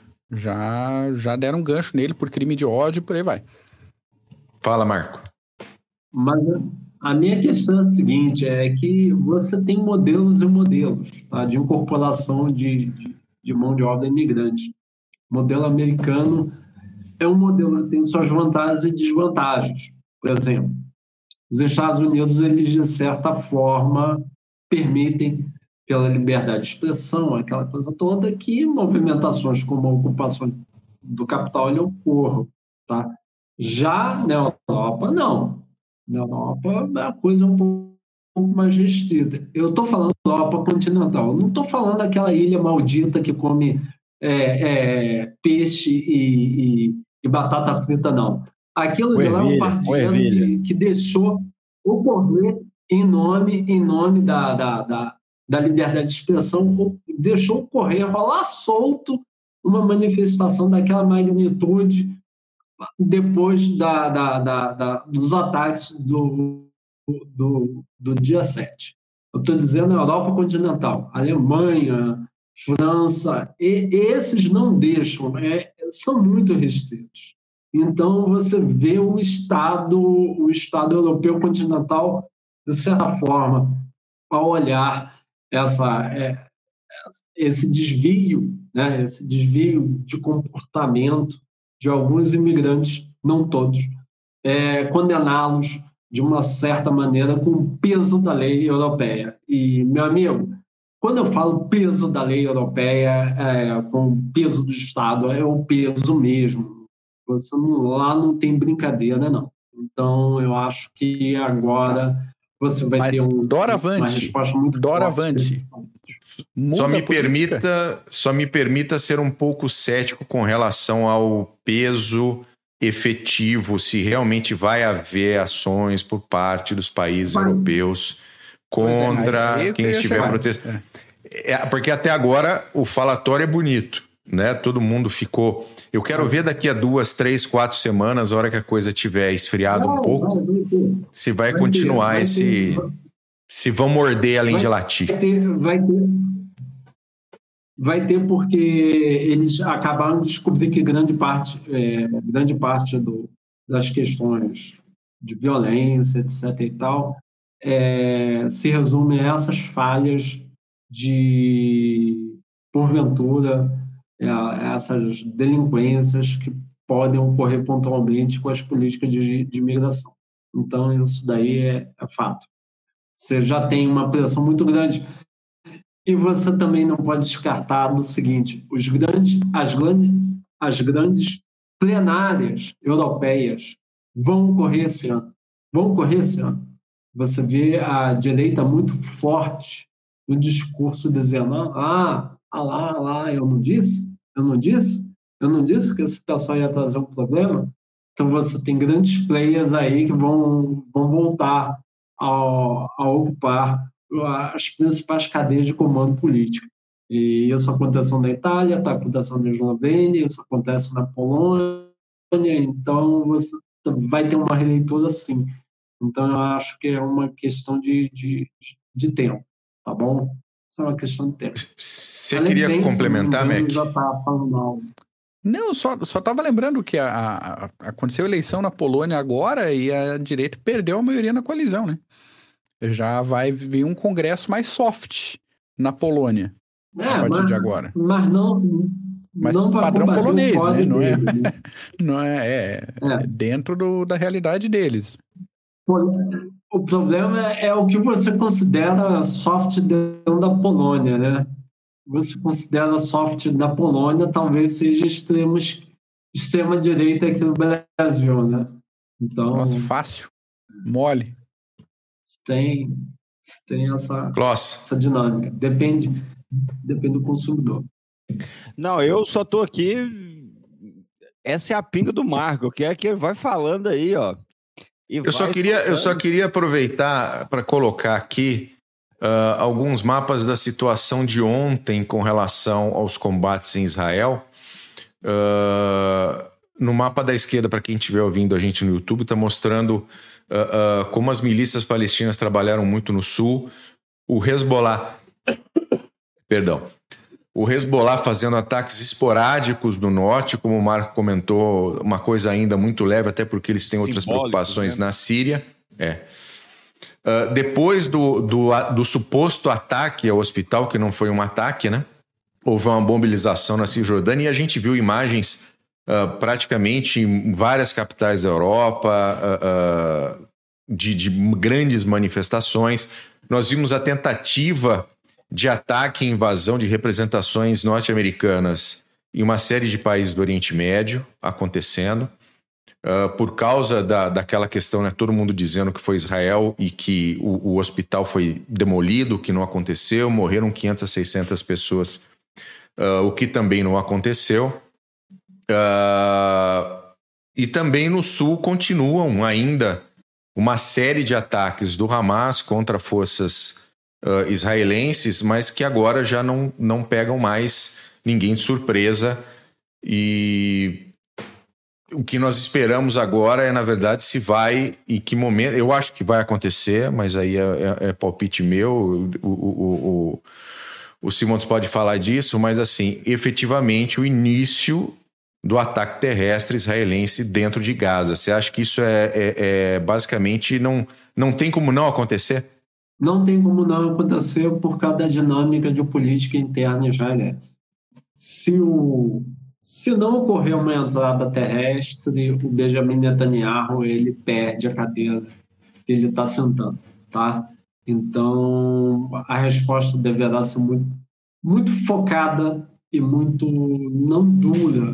Já deram um gancho nele por crime de ódio e por aí vai. Fala, Marco. Mas a minha questão é a seguinte, é que você tem modelos e modelos, tá, de incorporação de mão de obra imigrante. O modelo americano é um modelo que tem suas vantagens e desvantagens. Por exemplo, os Estados Unidos, eles, de certa forma, permitem, pela liberdade de expressão, aquela coisa toda, que movimentações como a ocupação do Capitólio ocorram, tá? Já na Europa, não. Na Europa, a coisa é um pouco mais restrita. Eu estou falando da Europa continental, eu não estou falando daquela ilha maldita que come peixe e batata frita, não. Aquilo de lá é um partido que deixou ocorrer em nome da liberdade de expressão, deixou ocorrer, rolar solto uma manifestação daquela magnitude depois dos ataques do dia 7. Eu estou dizendo a Europa continental, Alemanha, França, esses não deixam, são muito restritos. Então, você vê o Estado europeu continental, de certa forma, ao olhar esse desvio, né, esse desvio de comportamento de alguns imigrantes, não todos, condená-los de uma certa maneira com o peso da lei europeia. E, meu amigo, quando eu falo peso da lei europeia, com o peso do Estado, é o peso mesmo. Lá não tem brincadeira, não. Então, eu acho que agora você vai ter uma resposta muito forte. Só me permita ser um pouco cético com relação ao peso efetivo, se realmente vai haver ações por parte dos países europeus contra quem estiver protestando. Porque até agora o falatório é bonito, né? Todo mundo ficou... Eu quero ver daqui a 2, 3, 4 semanas, a hora que a coisa tiver esfriado um pouco, se vai continuar se vão morder além de latir. Vai ter porque eles acabaram de descobrir que grande parte das questões de violência, etc. e tal, se resume a essas falhas de, porventura, essas delinquências que podem ocorrer pontualmente com as políticas de imigração. Então, isso daí é fato. Você já tem uma pressão muito grande. E você também não pode descartar do seguinte: as grandes plenárias europeias vão ocorrer esse ano. Você vê a direita muito forte no discurso dizendo lá, eu não disse que esse pessoal ia trazer um problema. Então você tem grandes players aí que vão voltar a ocupar as principais cadeias de comando político. E isso aconteceu na Itália, está acontecendo na Eslovênia, isso acontece na Polônia, então você vai ter uma releitura sim. Então eu acho que é uma questão de tempo, tá bom? Isso é uma questão de tempo. Você queria complementar, Mac? Não, só estava lembrando que aconteceu a eleição na Polônia agora e a direita perdeu a maioria na coalizão, né? Já vai vir um congresso mais soft na Polônia a partir de agora. Mas não padrão polonês, né? Não é dentro da realidade deles. O problema é o que você considera soft dentro da Polônia, né? Você considera soft da Polônia, talvez seja extrema direita aqui no Brasil, né? Então, nossa, fácil, mole. Tem Tem essa dinâmica. Depende do consumidor. Não, eu só tô aqui. Essa é a pinga do Marco. Eu quero que ele vai falando aí, ó. Eu só queria aproveitar para colocar aqui alguns mapas da situação de ontem com relação aos combates em Israel. No mapa da esquerda, para quem estiver ouvindo a gente no YouTube, está mostrando como as milícias palestinas trabalharam muito no sul. O Hezbollah fazendo ataques esporádicos no norte, como o Marco comentou, uma coisa ainda muito leve, até porque eles têm outras preocupações, né? Na Síria. Depois do suposto ataque ao hospital, que não foi um ataque, né? Houve uma mobilização na Cisjordânia e a gente viu imagens praticamente em várias capitais da Europa de grandes manifestações. Nós vimos a tentativa de ataque e invasão de representações norte-americanas em uma série de países do Oriente Médio acontecendo, por causa daquela questão, né, todo mundo dizendo que foi Israel e que o hospital foi demolido, que não aconteceu, morreram 500 a 600 pessoas, o que também não aconteceu. E também no sul continuam ainda uma série de ataques do Hamas contra forças israelenses, mas que agora já não pegam mais ninguém de surpresa. E o que nós esperamos agora é, na verdade, se vai, em que momento. Eu acho que vai acontecer, mas aí é palpite meu. O Simões pode falar disso, mas assim, efetivamente o início do ataque terrestre israelense dentro de Gaza. Você acha que isso basicamente não tem como não acontecer? Não tem como não acontecer por causa da dinâmica de política interna israelense. Se não ocorrer uma entrada terrestre, o Benjamin Netanyahu ele perde a cadeira que ele está sentando, tá? Então, a resposta deverá ser muito, muito focada e muito não dura.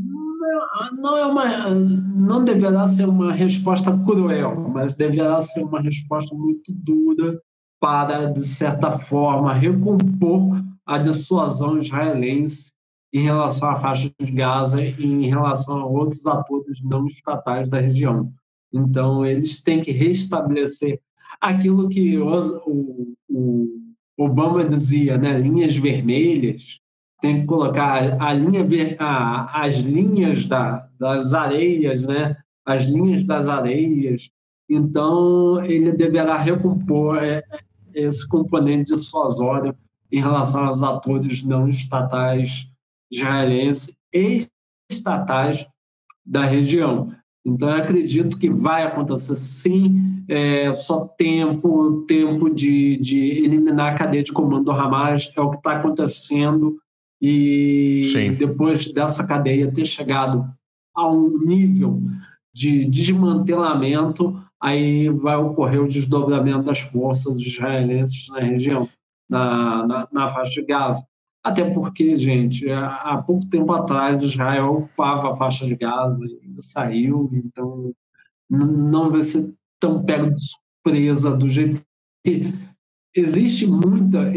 Não deverá ser uma resposta cruel, mas deverá ser uma resposta muito dura para, de certa forma, recompor a dissuasão israelense em relação à faixa de Gaza e em relação a outros atores não estatais da região. Então, eles têm que restabelecer aquilo que o Obama dizia, né? Linhas vermelhas. Tem que colocar as linhas das areias, né? As linhas das areias. Então, ele deverá recompor esse componente dissuasório em relação aos atores não estatais israelenses e estatais da região. Então, eu acredito que vai acontecer sim, só tempo de eliminar a cadeia de comando do Hamas é o que está acontecendo. E sim, depois dessa cadeia ter chegado a um nível de desmantelamento, aí vai ocorrer o desdobramento das forças israelenses na região, na faixa de Gaza. Até porque, gente, há pouco tempo atrás Israel ocupava a faixa de Gaza e saiu, então não vai ser tão pego de surpresa do jeito que existe muita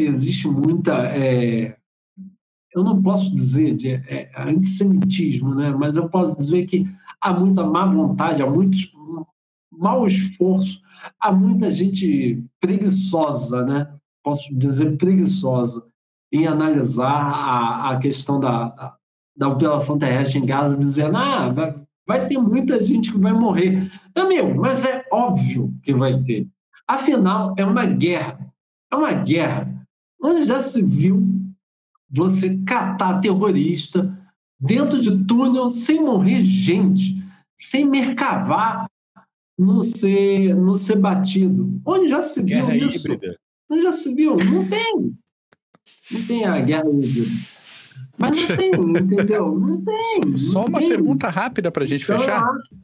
eu não posso dizer de antissemitismo, né? Mas eu posso dizer que há muita má vontade, há muito mau esforço, há muita gente preguiçosa, né? Posso dizer preguiçosa, em analisar a questão da operação terrestre em Gaza, dizendo vai ter muita gente que vai morrer. Amigo, mas é óbvio que vai ter. Afinal, é uma guerra onde já se viu você catar terrorista dentro de túnel sem morrer gente, sem mercavar, não ser batido. Onde já se viu guerra isso? Híbrida. Onde já se viu? Não tem a guerra híbrida. Mas não tem, entendeu? Não tem. Só uma pergunta rápida para a gente fechar.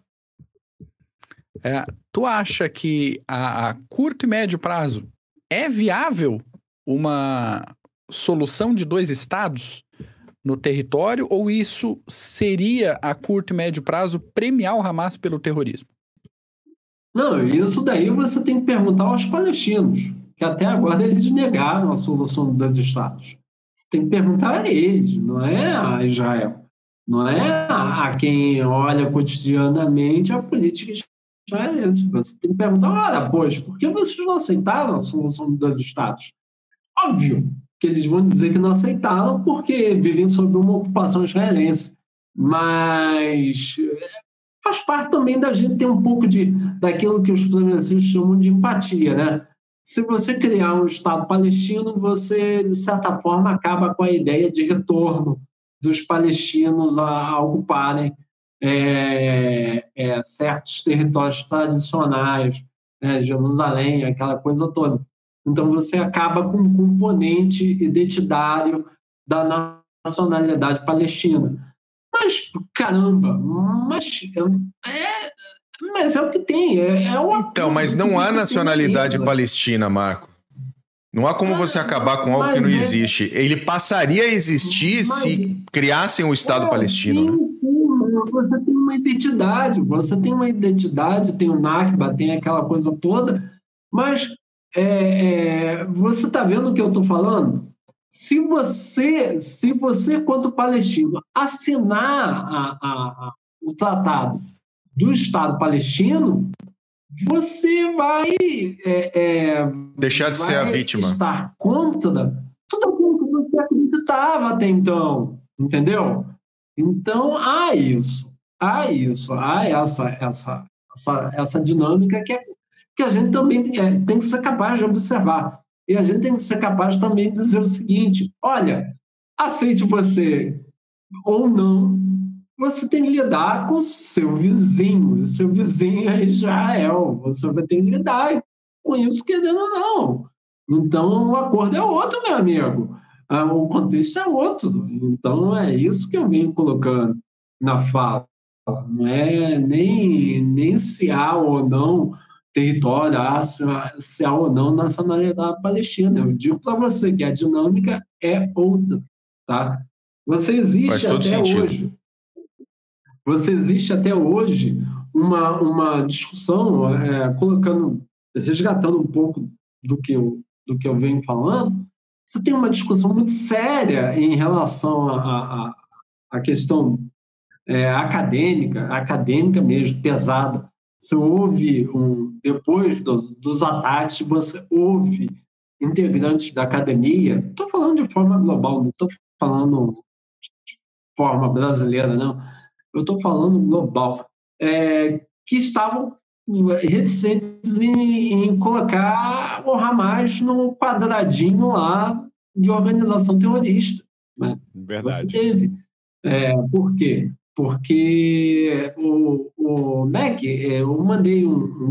Tu acha que a curto e médio prazo é viável uma solução de 2 estados no território, ou isso seria, a curto e médio prazo, premiar o Hamas pelo terrorismo? Não, isso daí você tem que perguntar aos palestinos. que até agora eles negaram a solução dos 2 estados. Você tem que perguntar a eles, não é a Israel. Não é a quem olha cotidianamente a política israelense. Você tem que perguntar, olha, pois, por que vocês não aceitaram a solução dos 2 estados? Óbvio que eles vão dizer que não aceitaram porque vivem sob uma ocupação israelense. Mas faz parte também da gente ter um pouco daquilo que os progressistas chamam de empatia, né? Se você criar um Estado palestino, você, de certa forma, acaba com a ideia de retorno dos palestinos a ocuparem certos territórios tradicionais, né? Jerusalém, aquela coisa toda. Então, você acaba com um componente identitário da nacionalidade palestina. Mas, caramba, mas é o que tem. Então, mas não há nacionalidade palestina, Marco. Não há como você acabar com algo que não existe. Ele passaria a existir se criassem um Estado palestino. Sim, você tem uma identidade, tem o Nakba, tem aquela coisa toda, mas você está vendo o que eu estou falando? Se você, quanto palestino, assinar o tratado do Estado palestino, você vai deixar de ser a vítima. Estar contra tudo aquilo que você acreditava até então, entendeu? Então há essa dinâmica que a gente também tem que ser capaz de observar. E a gente tem que ser capaz também de dizer o seguinte: olha, aceite você ou não, você tem que lidar com o seu vizinho. O seu vizinho é Israel. Você vai ter que lidar com isso, querendo ou não. Então, o acordo é outro, meu amigo. O contexto é outro. Então, é isso que eu venho colocando na fala. Não é nem se há ou não território, se há ou não nacionalidade palestina. Eu digo para você que a dinâmica é outra. Tá? Você existe até hoje uma discussão, resgatando um pouco do que eu venho falando. Você tem uma discussão muito séria em relação à questão acadêmica mesmo, pesada. Você ouve, depois dos ataques, você ouve integrantes da academia, estou falando de forma global, não estou falando de forma brasileira, não. Eu estou falando global, que estavam reticentes em colocar o Hamas no quadradinho lá de organização terrorista. Né? Verdade. Você teve. Por quê? Porque o MEC, eu mandei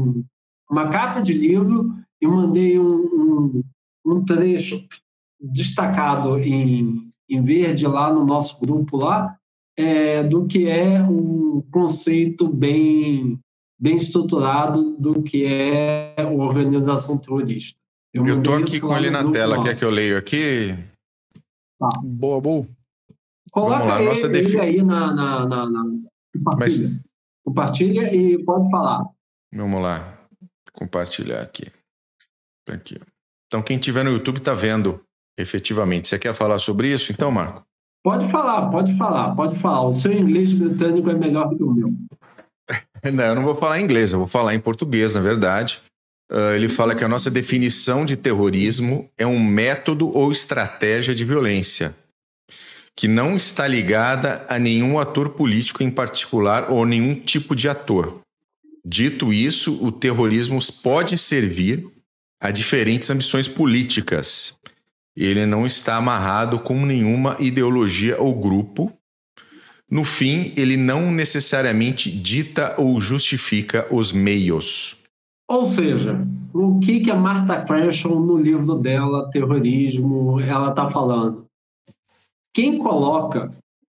uma capa de livro e mandei um trecho destacado em verde lá no nosso grupo lá, do que é um conceito bem estruturado do que é organização terrorista. Eu estou aqui com ele na tela. Quer que eu leio aqui? Tá. Boa. Coloca lá, ele aí na compartilha. Compartilha e pode falar. Vamos lá. Compartilhar aqui. Aqui. Então, quem estiver no YouTube está vendo, efetivamente. Você quer falar sobre isso, então, Marco? Pode falar. O seu inglês britânico é melhor do que o meu. Não, eu não vou falar em inglês, eu vou falar em português, na verdade. Ele fala que a nossa definição de terrorismo é um método ou estratégia de violência que não está ligada a nenhum ator político em particular ou nenhum tipo de ator. Dito isso, o terrorismo pode servir a diferentes ambições políticas. Ele não está amarrado com nenhuma ideologia ou grupo. No fim, ele não necessariamente dita ou justifica os meios. Ou seja, o que a Martha Crenshaw, no livro dela, Terrorismo, ela está falando? Quem coloca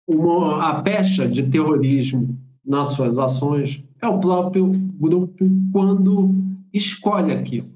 a pecha de terrorismo nas suas ações é o próprio grupo quando escolhe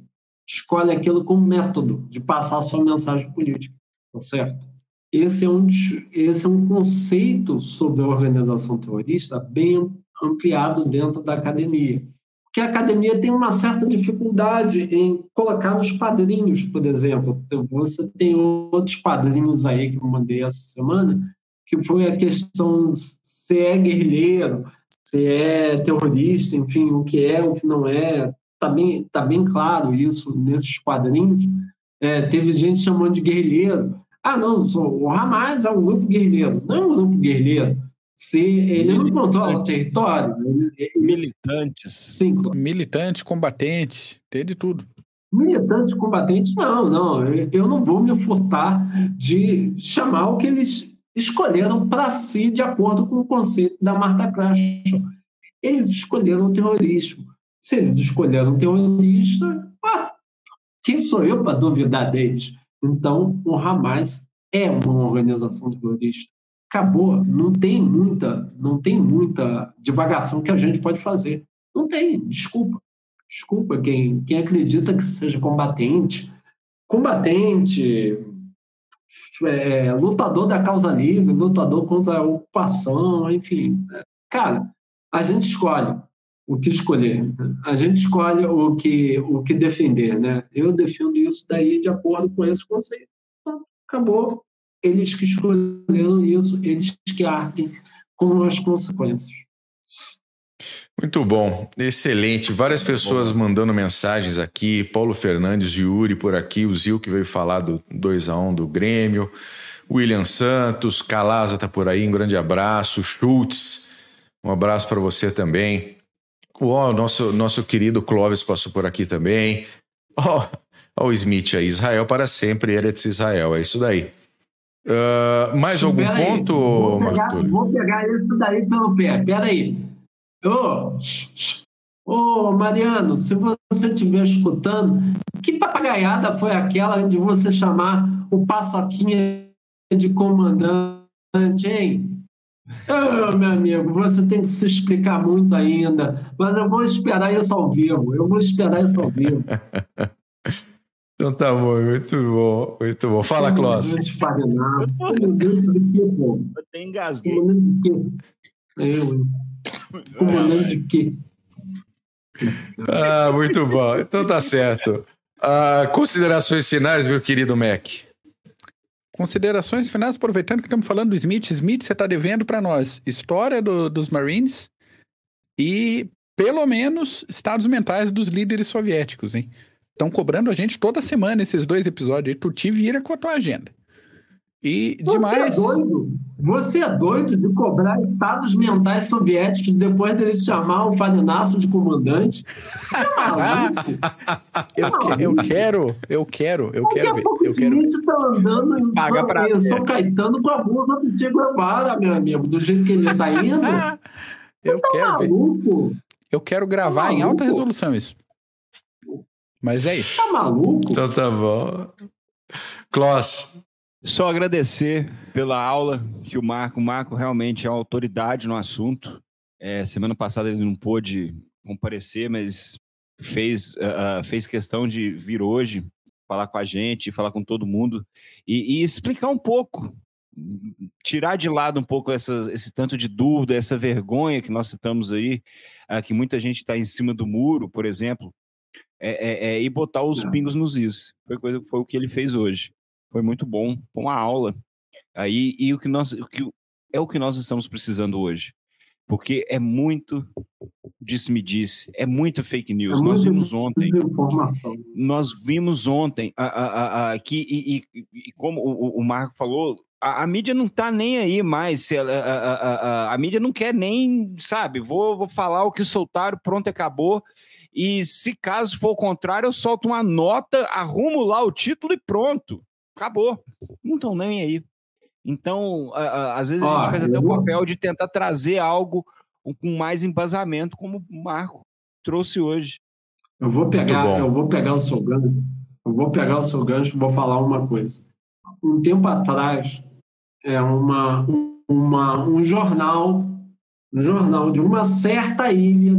aquilo como método de passar a sua mensagem política, tá certo? Esse é um conceito sobre a organização terrorista bem ampliado dentro da academia. que a academia tem uma certa dificuldade em colocar nos quadrinhos, por exemplo. Então, você tem outros quadrinhos aí que eu mandei essa semana, que foi a questão se é guerrilheiro, se é terrorista, enfim, o que é, o que não é. Tá bem claro isso nesses quadrinhos. Teve gente chamando de guerrilheiro. Ah, não, o Hamas é um grupo guerrilheiro. Não é um grupo guerrilheiro. Ele não controla o território. Militantes. Sim. Militante, combatente, tem de tudo. Militante, combatente, não. Eu não vou me furtar de chamar o que eles escolheram para si, de acordo com o conceito da Martha Krashen. Eles escolheram o terrorismo. Se eles escolheram um terrorista, quem sou eu para duvidar deles? Então, o Hamas é uma organização terrorista. Acabou. Não tem muita divagação que a gente pode fazer. Não tem. Desculpa quem acredita que seja combatente, lutador da causa livre, lutador contra a ocupação, enfim. Cara, a gente escolhe o que escolher. A gente escolhe o que defender, né? Eu defendo isso daí de acordo com esse conceito. Acabou. Eles que escolheram isso, eles que arquem com as consequências. Muito bom, excelente. Várias pessoas mandando mensagens aqui. Paulo Fernandes, Yuri por aqui, o Zil que veio falar do 2-1 do Grêmio, William Santos, Calaza tá por aí, um grande abraço. Schultz, um abraço para você também. Nosso querido Clóvis passou por aqui também. O Smith aí, Israel para sempre, Eretz Israel, é isso daí. Mais algum ponto, Marco Túlio? Vou pegar isso daí pelo pé, peraí. Mariano, se você estiver escutando, que papagaiada foi aquela de você chamar o Paçoquinha de comandante, hein? Meu amigo, você tem que se explicar muito ainda, mas eu vou esperar isso ao vivo. Então tá bom, muito bom. Fala, Clós. Comandante de quê, pô? Eu até engasguei. Comandante de quê? Muito bom. Então tá certo. Considerações finais, meu querido Mac. Considerações finais, aproveitando que estamos falando do Smith. Smith, você está devendo para nós história dos Marines e, pelo menos, estados mentais dos líderes soviéticos, hein? Estão cobrando a gente toda semana esses 2 episódios aí. Tu te vira com a tua agenda. E demais... Você é doido de cobrar estados mentais soviéticos depois deles chamar o Farinácio de comandante? Você é maluco? Eu quero ver. O Smith está andando em São Caetano com a blusa do Che Guevara, meu amigo, do jeito que ele está indo. Eu quero maluco? ver. Eu quero gravar em alta resolução isso. Mas é isso. Tá maluco? Então tá bom. Clós. Só agradecer pela aula que o Marco realmente é uma autoridade no assunto. Semana passada ele não pôde comparecer, mas fez questão de vir hoje, falar com a gente, falar com todo mundo e explicar um pouco, tirar de lado um pouco esse tanto de dúvida, essa vergonha que nós citamos aí, que muita gente está em cima do muro, por exemplo, e botar os pingos nos is. Foi o que ele fez hoje. Foi muito bom, foi uma aula. Aí, e o que nós estamos precisando hoje. Porque é muito disse-me-disse, é muita fake news. Nós vimos ontem que, como o Marco falou, a mídia não está nem aí mais. A mídia não quer nem, sabe, vou falar o que soltaram, pronto, acabou. E se caso for o contrário, eu solto uma nota, arrumo lá o título e pronto. Acabou. Não estão nem aí. Então, às vezes a gente faz até o papel de tentar trazer algo com mais embasamento, como o Marco trouxe hoje. Eu vou pegar o seu gancho, vou falar uma coisa. Um tempo atrás, um jornal de uma certa ilha,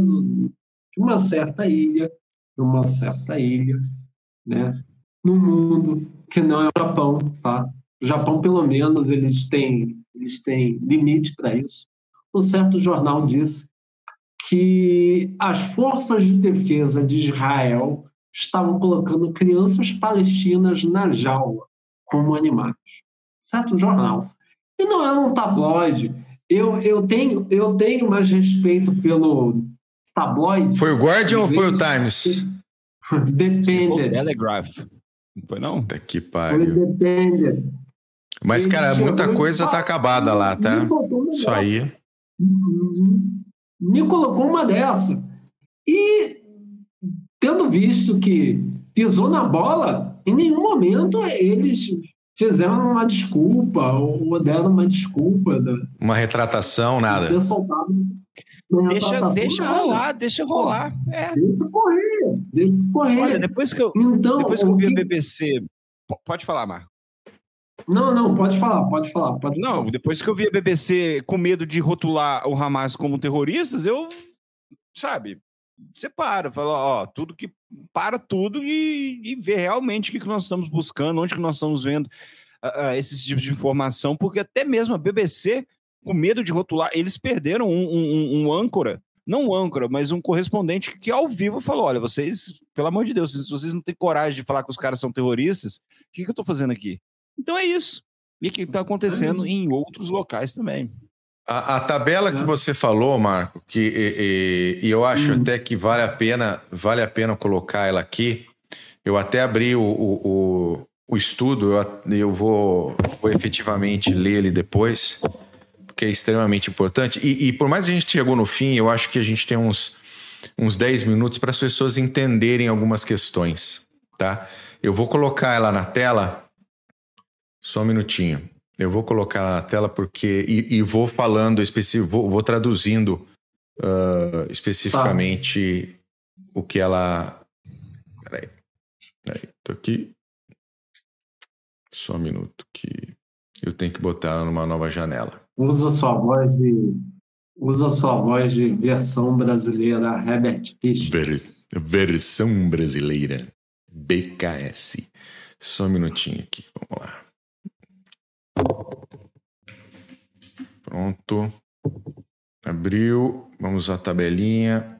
né, no mundo, que não é o Japão, tá? O Japão, pelo menos, eles têm limite para isso. Um certo jornal disse que as forças de defesa de Israel estavam colocando crianças palestinas na jaula, como animais. Certo jornal. E não é um tabloide. Eu tenho mais respeito pelo tabloide. Foi o Guardian ou foi o Times? Depende. Telegraph. Não foi, não? Puta que Foi pariu. depende. Mas, cara, muita coisa tá acabada lá, tá? Me Isso aí. colocou uma dessa. E, tendo visto que pisou na bola, em nenhum momento eles fizeram uma desculpa ou deram uma desculpa. Uma retratação, nada. Ter soltado uma retratação, Deixa nada. rolar, deixa rolar. É. Deixa correr. Olha, depois que eu vi a BBC... Pode falar, Marco. Não, pode falar. Não, depois que eu vi a BBC com medo de rotular o Hamas como terroristas, eu, sabe, separa, fala, ó, para tudo e vê realmente o que nós estamos buscando, onde que nós estamos vendo esses tipos de informação, porque até mesmo a BBC, com medo de rotular, eles perderam um âncora, não um âncora, mas um correspondente que ao vivo falou, olha, vocês, pelo amor de Deus, se vocês não têm coragem de falar que os caras são terroristas, o que eu tô fazendo aqui? Então é isso. E o que está acontecendo em outros locais também. A tabela que você falou, Marco, e eu acho até que vale a pena colocar ela aqui. Eu até abri o estudo, eu vou efetivamente ler ele depois, porque é extremamente importante. E por mais que a gente chegou no fim, eu acho que a gente tem uns 10 minutos para as pessoas entenderem algumas questões, tá? Eu vou colocar ela na tela. Só um minutinho. Eu vou colocar na tela porque... E vou falando, vou traduzindo especificamente o que ela... Peraí. Tô aqui. Só um minuto que eu tenho que botar ela numa nova janela. Usa sua voz de versão brasileira, Herbert Richards. Versão brasileira. BKS. Só um minutinho aqui. Vamos lá. Pronto. Abriu. Vamos à tabelinha.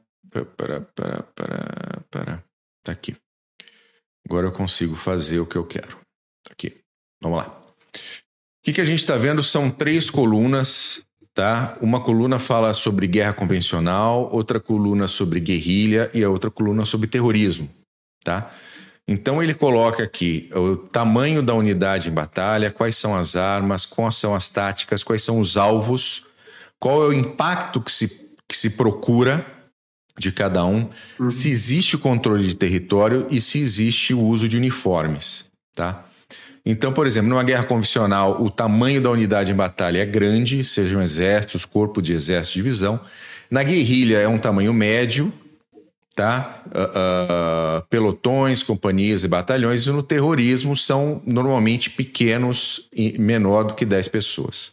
Tá aqui. Agora eu consigo fazer o que eu quero. Tá aqui. Vamos lá. O que a gente está vendo são 3 colunas, tá? Uma coluna fala sobre guerra convencional, outra coluna sobre guerrilha e a outra coluna sobre terrorismo, tá? Então ele coloca aqui o tamanho da unidade em batalha, quais são as armas, quais são as táticas, quais são os alvos, qual é o impacto que se procura de cada um, se existe o controle de território e se existe o uso de uniformes, tá? Então, por exemplo, numa guerra convencional, o tamanho da unidade em batalha é grande, sejam exércitos, corpo de exército, divisão. Na guerrilha é um tamanho médio, tá? Pelotões, companhias e batalhões, e no terrorismo são normalmente pequenos e menor do que 10 pessoas.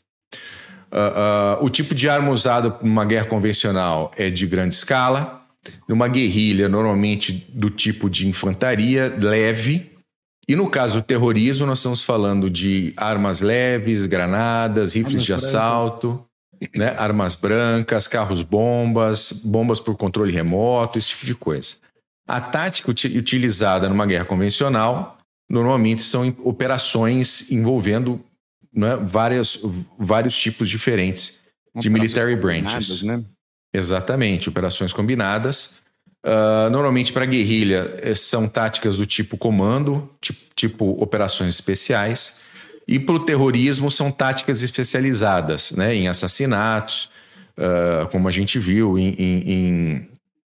O tipo de arma usada numa guerra convencional é de grande escala, numa guerrilha normalmente do tipo de infantaria leve, e no caso do terrorismo nós estamos falando de armas leves, granadas, rifles de assalto, né? Armas brancas, carros-bombas, bombas por controle remoto, esse tipo de coisa. A tática utilizada numa guerra convencional normalmente são operações envolvendo, né, vários tipos diferentes de military branches. Né? Exatamente, operações combinadas. Normalmente para guerrilha são táticas do tipo comando, tipo operações especiais. E para o terrorismo são táticas especializadas, né, em assassinatos, como a gente viu, em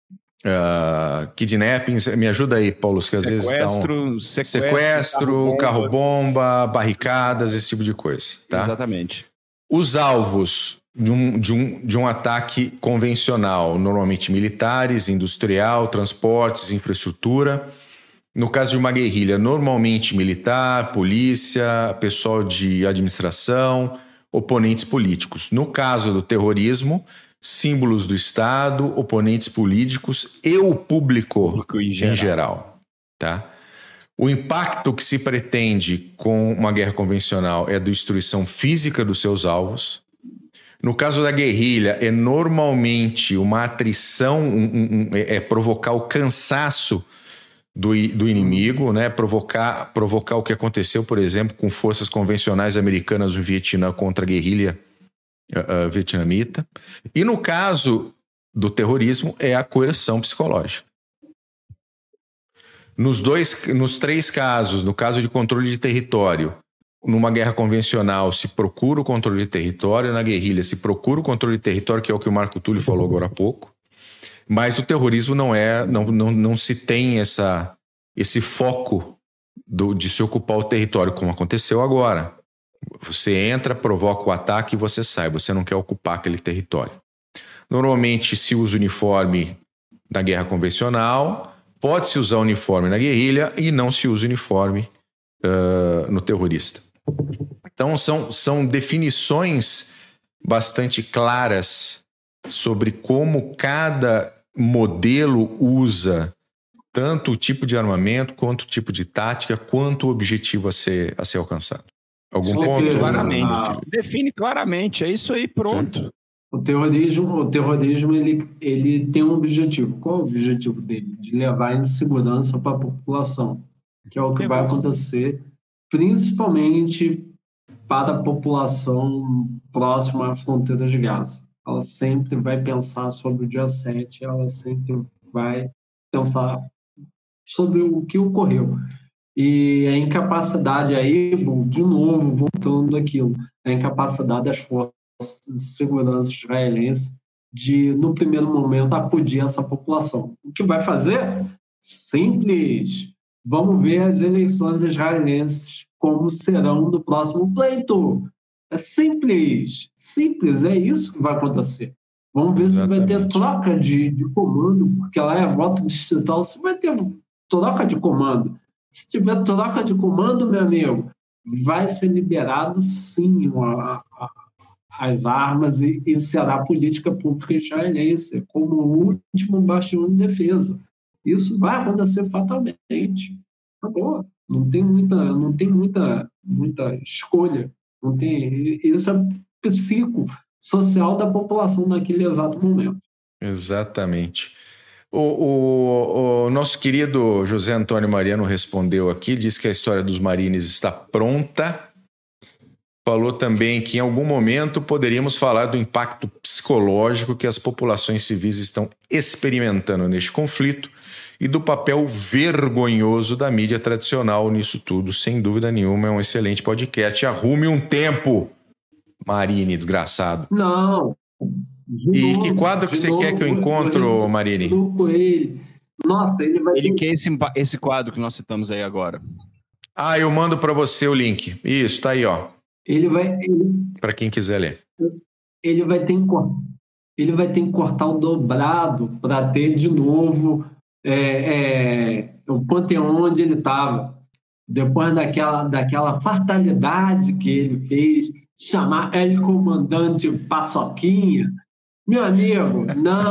kidnappings. Me ajuda aí, Paulo, que às vezes dá sequestro, carro-bomba, barricadas, esse tipo de coisa. Tá? Exatamente. Os alvos de um ataque convencional, normalmente militares, industrial, transportes, infraestrutura. No caso de uma guerrilha, normalmente militar, polícia, pessoal de administração, oponentes políticos. No caso do terrorismo, símbolos do Estado, oponentes políticos e o público em geral. Tá? O impacto que se pretende com uma guerra convencional é a destruição física dos seus alvos. No caso da guerrilha, é normalmente uma atrição, é provocar o cansaço do inimigo, né? Provocar o que aconteceu, por exemplo, com forças convencionais americanas no Vietnã contra a guerrilha vietnamita. E no caso do terrorismo, é a coerção psicológica. Nos 3 casos, no caso de controle de território, numa guerra convencional se procura o controle de território, na guerrilha se procura o controle de território, que é o que o Marco Túlio falou agora há pouco, mas o terrorismo não se tem esse foco de se ocupar o território, como aconteceu agora. Você entra, provoca o ataque e você sai, você não quer ocupar aquele território. Normalmente se usa uniforme na guerra convencional, pode-se usar uniforme na guerrilha e não se usa uniforme no terrorista. Então são definições bastante claras sobre como cada modelo usa tanto o tipo de armamento, quanto o tipo de tática, quanto o objetivo a ser alcançado. Algum ponto? Claramente. Define claramente, é isso aí, pronto. Sim. O terrorismo ele tem um objetivo. Qual é o objetivo dele? De levar insegurança para a população, que é o que vai acontecer, principalmente para a população próxima à fronteira de Gaza. Ela sempre vai pensar sobre o dia 7, ela sempre vai pensar sobre o que ocorreu. E a incapacidade aí, de novo, voltando àquilo, a incapacidade das forças de segurança israelenses de, no primeiro momento, acudir essa população. O que vai fazer? Simples. Vamos ver as eleições israelenses como serão no próximo pleito. É simples. Simples, é isso que vai acontecer. Vamos ver se vai ter troca de comando, porque lá é voto distrital, se vai ter troca de comando. Se tiver troca de comando, meu amigo, vai ser liberado, sim, as armas e será política pública israelense como o último bastião de defesa. Isso vai acontecer fatalmente. Acabou. Não tem muita escolha. Não tem, isso é psicossocial da população naquele exato momento. Exatamente. O nosso querido José Antônio Mariano respondeu aqui, disse que a história dos Marines está pronta. Falou também que em algum momento poderíamos falar do impacto psicológico que as populações civis estão experimentando neste conflito e do papel vergonhoso da mídia tradicional nisso tudo. Sem dúvida nenhuma, é um excelente podcast. Arrume um tempo, Marine, desgraçado. Não. E que quadro que você quer que eu encontre, Marine? Nossa, ele quer esse quadro que nós citamos aí agora. Ah, eu mando para você o link. Isso, tá aí, ó. Para quem quiser ler. Ele vai ter que cortar o dobrado para ter de novo o panteão onde ele estava. Depois daquela fatalidade que ele fez, chamar El Comandante Paçoquinha. Meu amigo,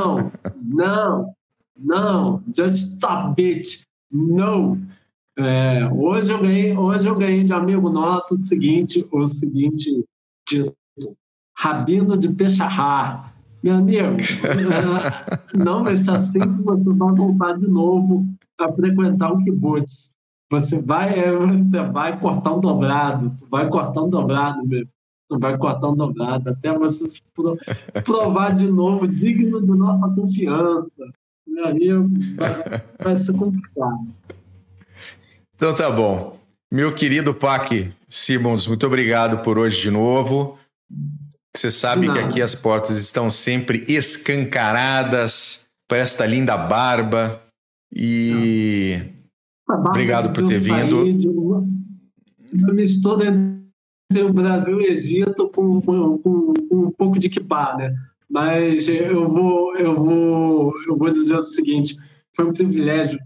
não, just stop it, no. Hoje eu ganhei de amigo nosso o seguinte título, Rabino de Pechahar. Meu amigo, não vai ser assim que você vai voltar de novo a frequentar o kibbutz. Você vai cortar um dobrado, tu vai cortar um dobrado mesmo. Tu vai cortar um dobrado até você se provar de novo digno de nossa confiança. Meu amigo, vai ser complicado. Então tá bom. Meu querido Pac Simons, muito obrigado por hoje de novo. Você sabe que aqui as portas estão sempre escancaradas para esta linda barba. E obrigado por ter vindo. Eu estou entre o Brasil e o Egito com um pouco de kippah, né? Mas eu vou dizer o seguinte, foi um privilégio.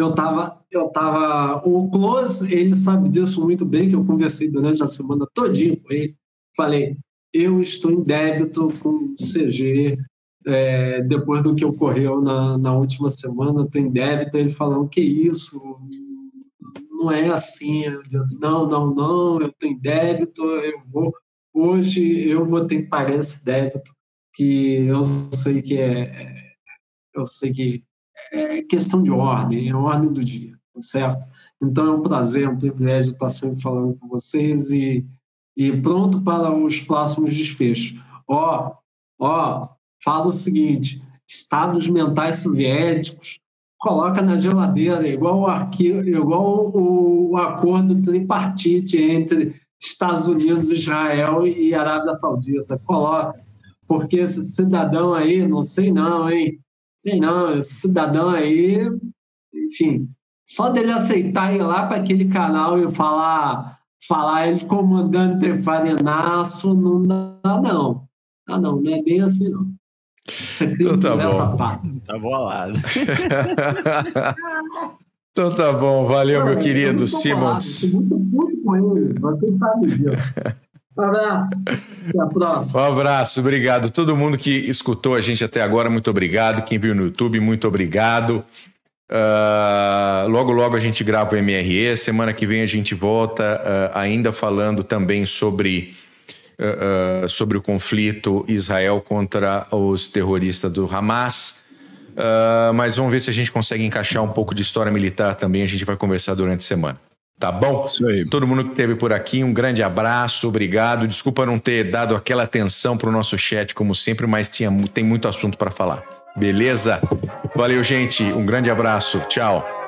O Close, ele sabe disso muito bem, que eu conversei durante a semana todinha com ele. Falei, eu estou em débito com o CG, depois do que ocorreu na última semana, estou em débito. Ele falou, que isso? Não é assim. Eu disse, não, eu estou em débito, eu vou hoje eu vou ter que pagar esse débito, que eu sei que é questão de ordem, é ordem do dia, tá certo? Então é um prazer, é um privilégio estar sempre falando com vocês e pronto para os próximos desfechos. Fala o seguinte: estados mentais soviéticos, coloca na geladeira, igual o acordo tripartite entre Estados Unidos, Israel e Arábia Saudita. Coloca, porque esse cidadão aí, não sei não, hein? Sei não, esse cidadão aí, enfim, só dele aceitar ir lá para aquele canal e falar ele comandante Farinaço, não dá não. Não é bem assim não. Isso é crime Então tá dessa bom. parte. Tá bolado. Então tá bom, valeu, meu querido Simons. Estou muito puto com ele, você sabe disso. Um abraço, até a próxima. Um abraço, obrigado. Todo mundo que escutou a gente até agora, muito obrigado. Quem viu no YouTube, muito obrigado. Logo a gente grava o MRE. Semana que vem a gente volta ainda falando também sobre o conflito Israel contra os terroristas do Hamas. Mas vamos ver se a gente consegue encaixar um pouco de história militar também. A gente vai conversar durante a semana. Tá bom? Isso aí. Todo mundo que esteve por aqui, um grande abraço, obrigado. Desculpa não ter dado aquela atenção para o nosso chat, como sempre, mas tem muito assunto para falar. Beleza? Valeu, gente. Um grande abraço. Tchau.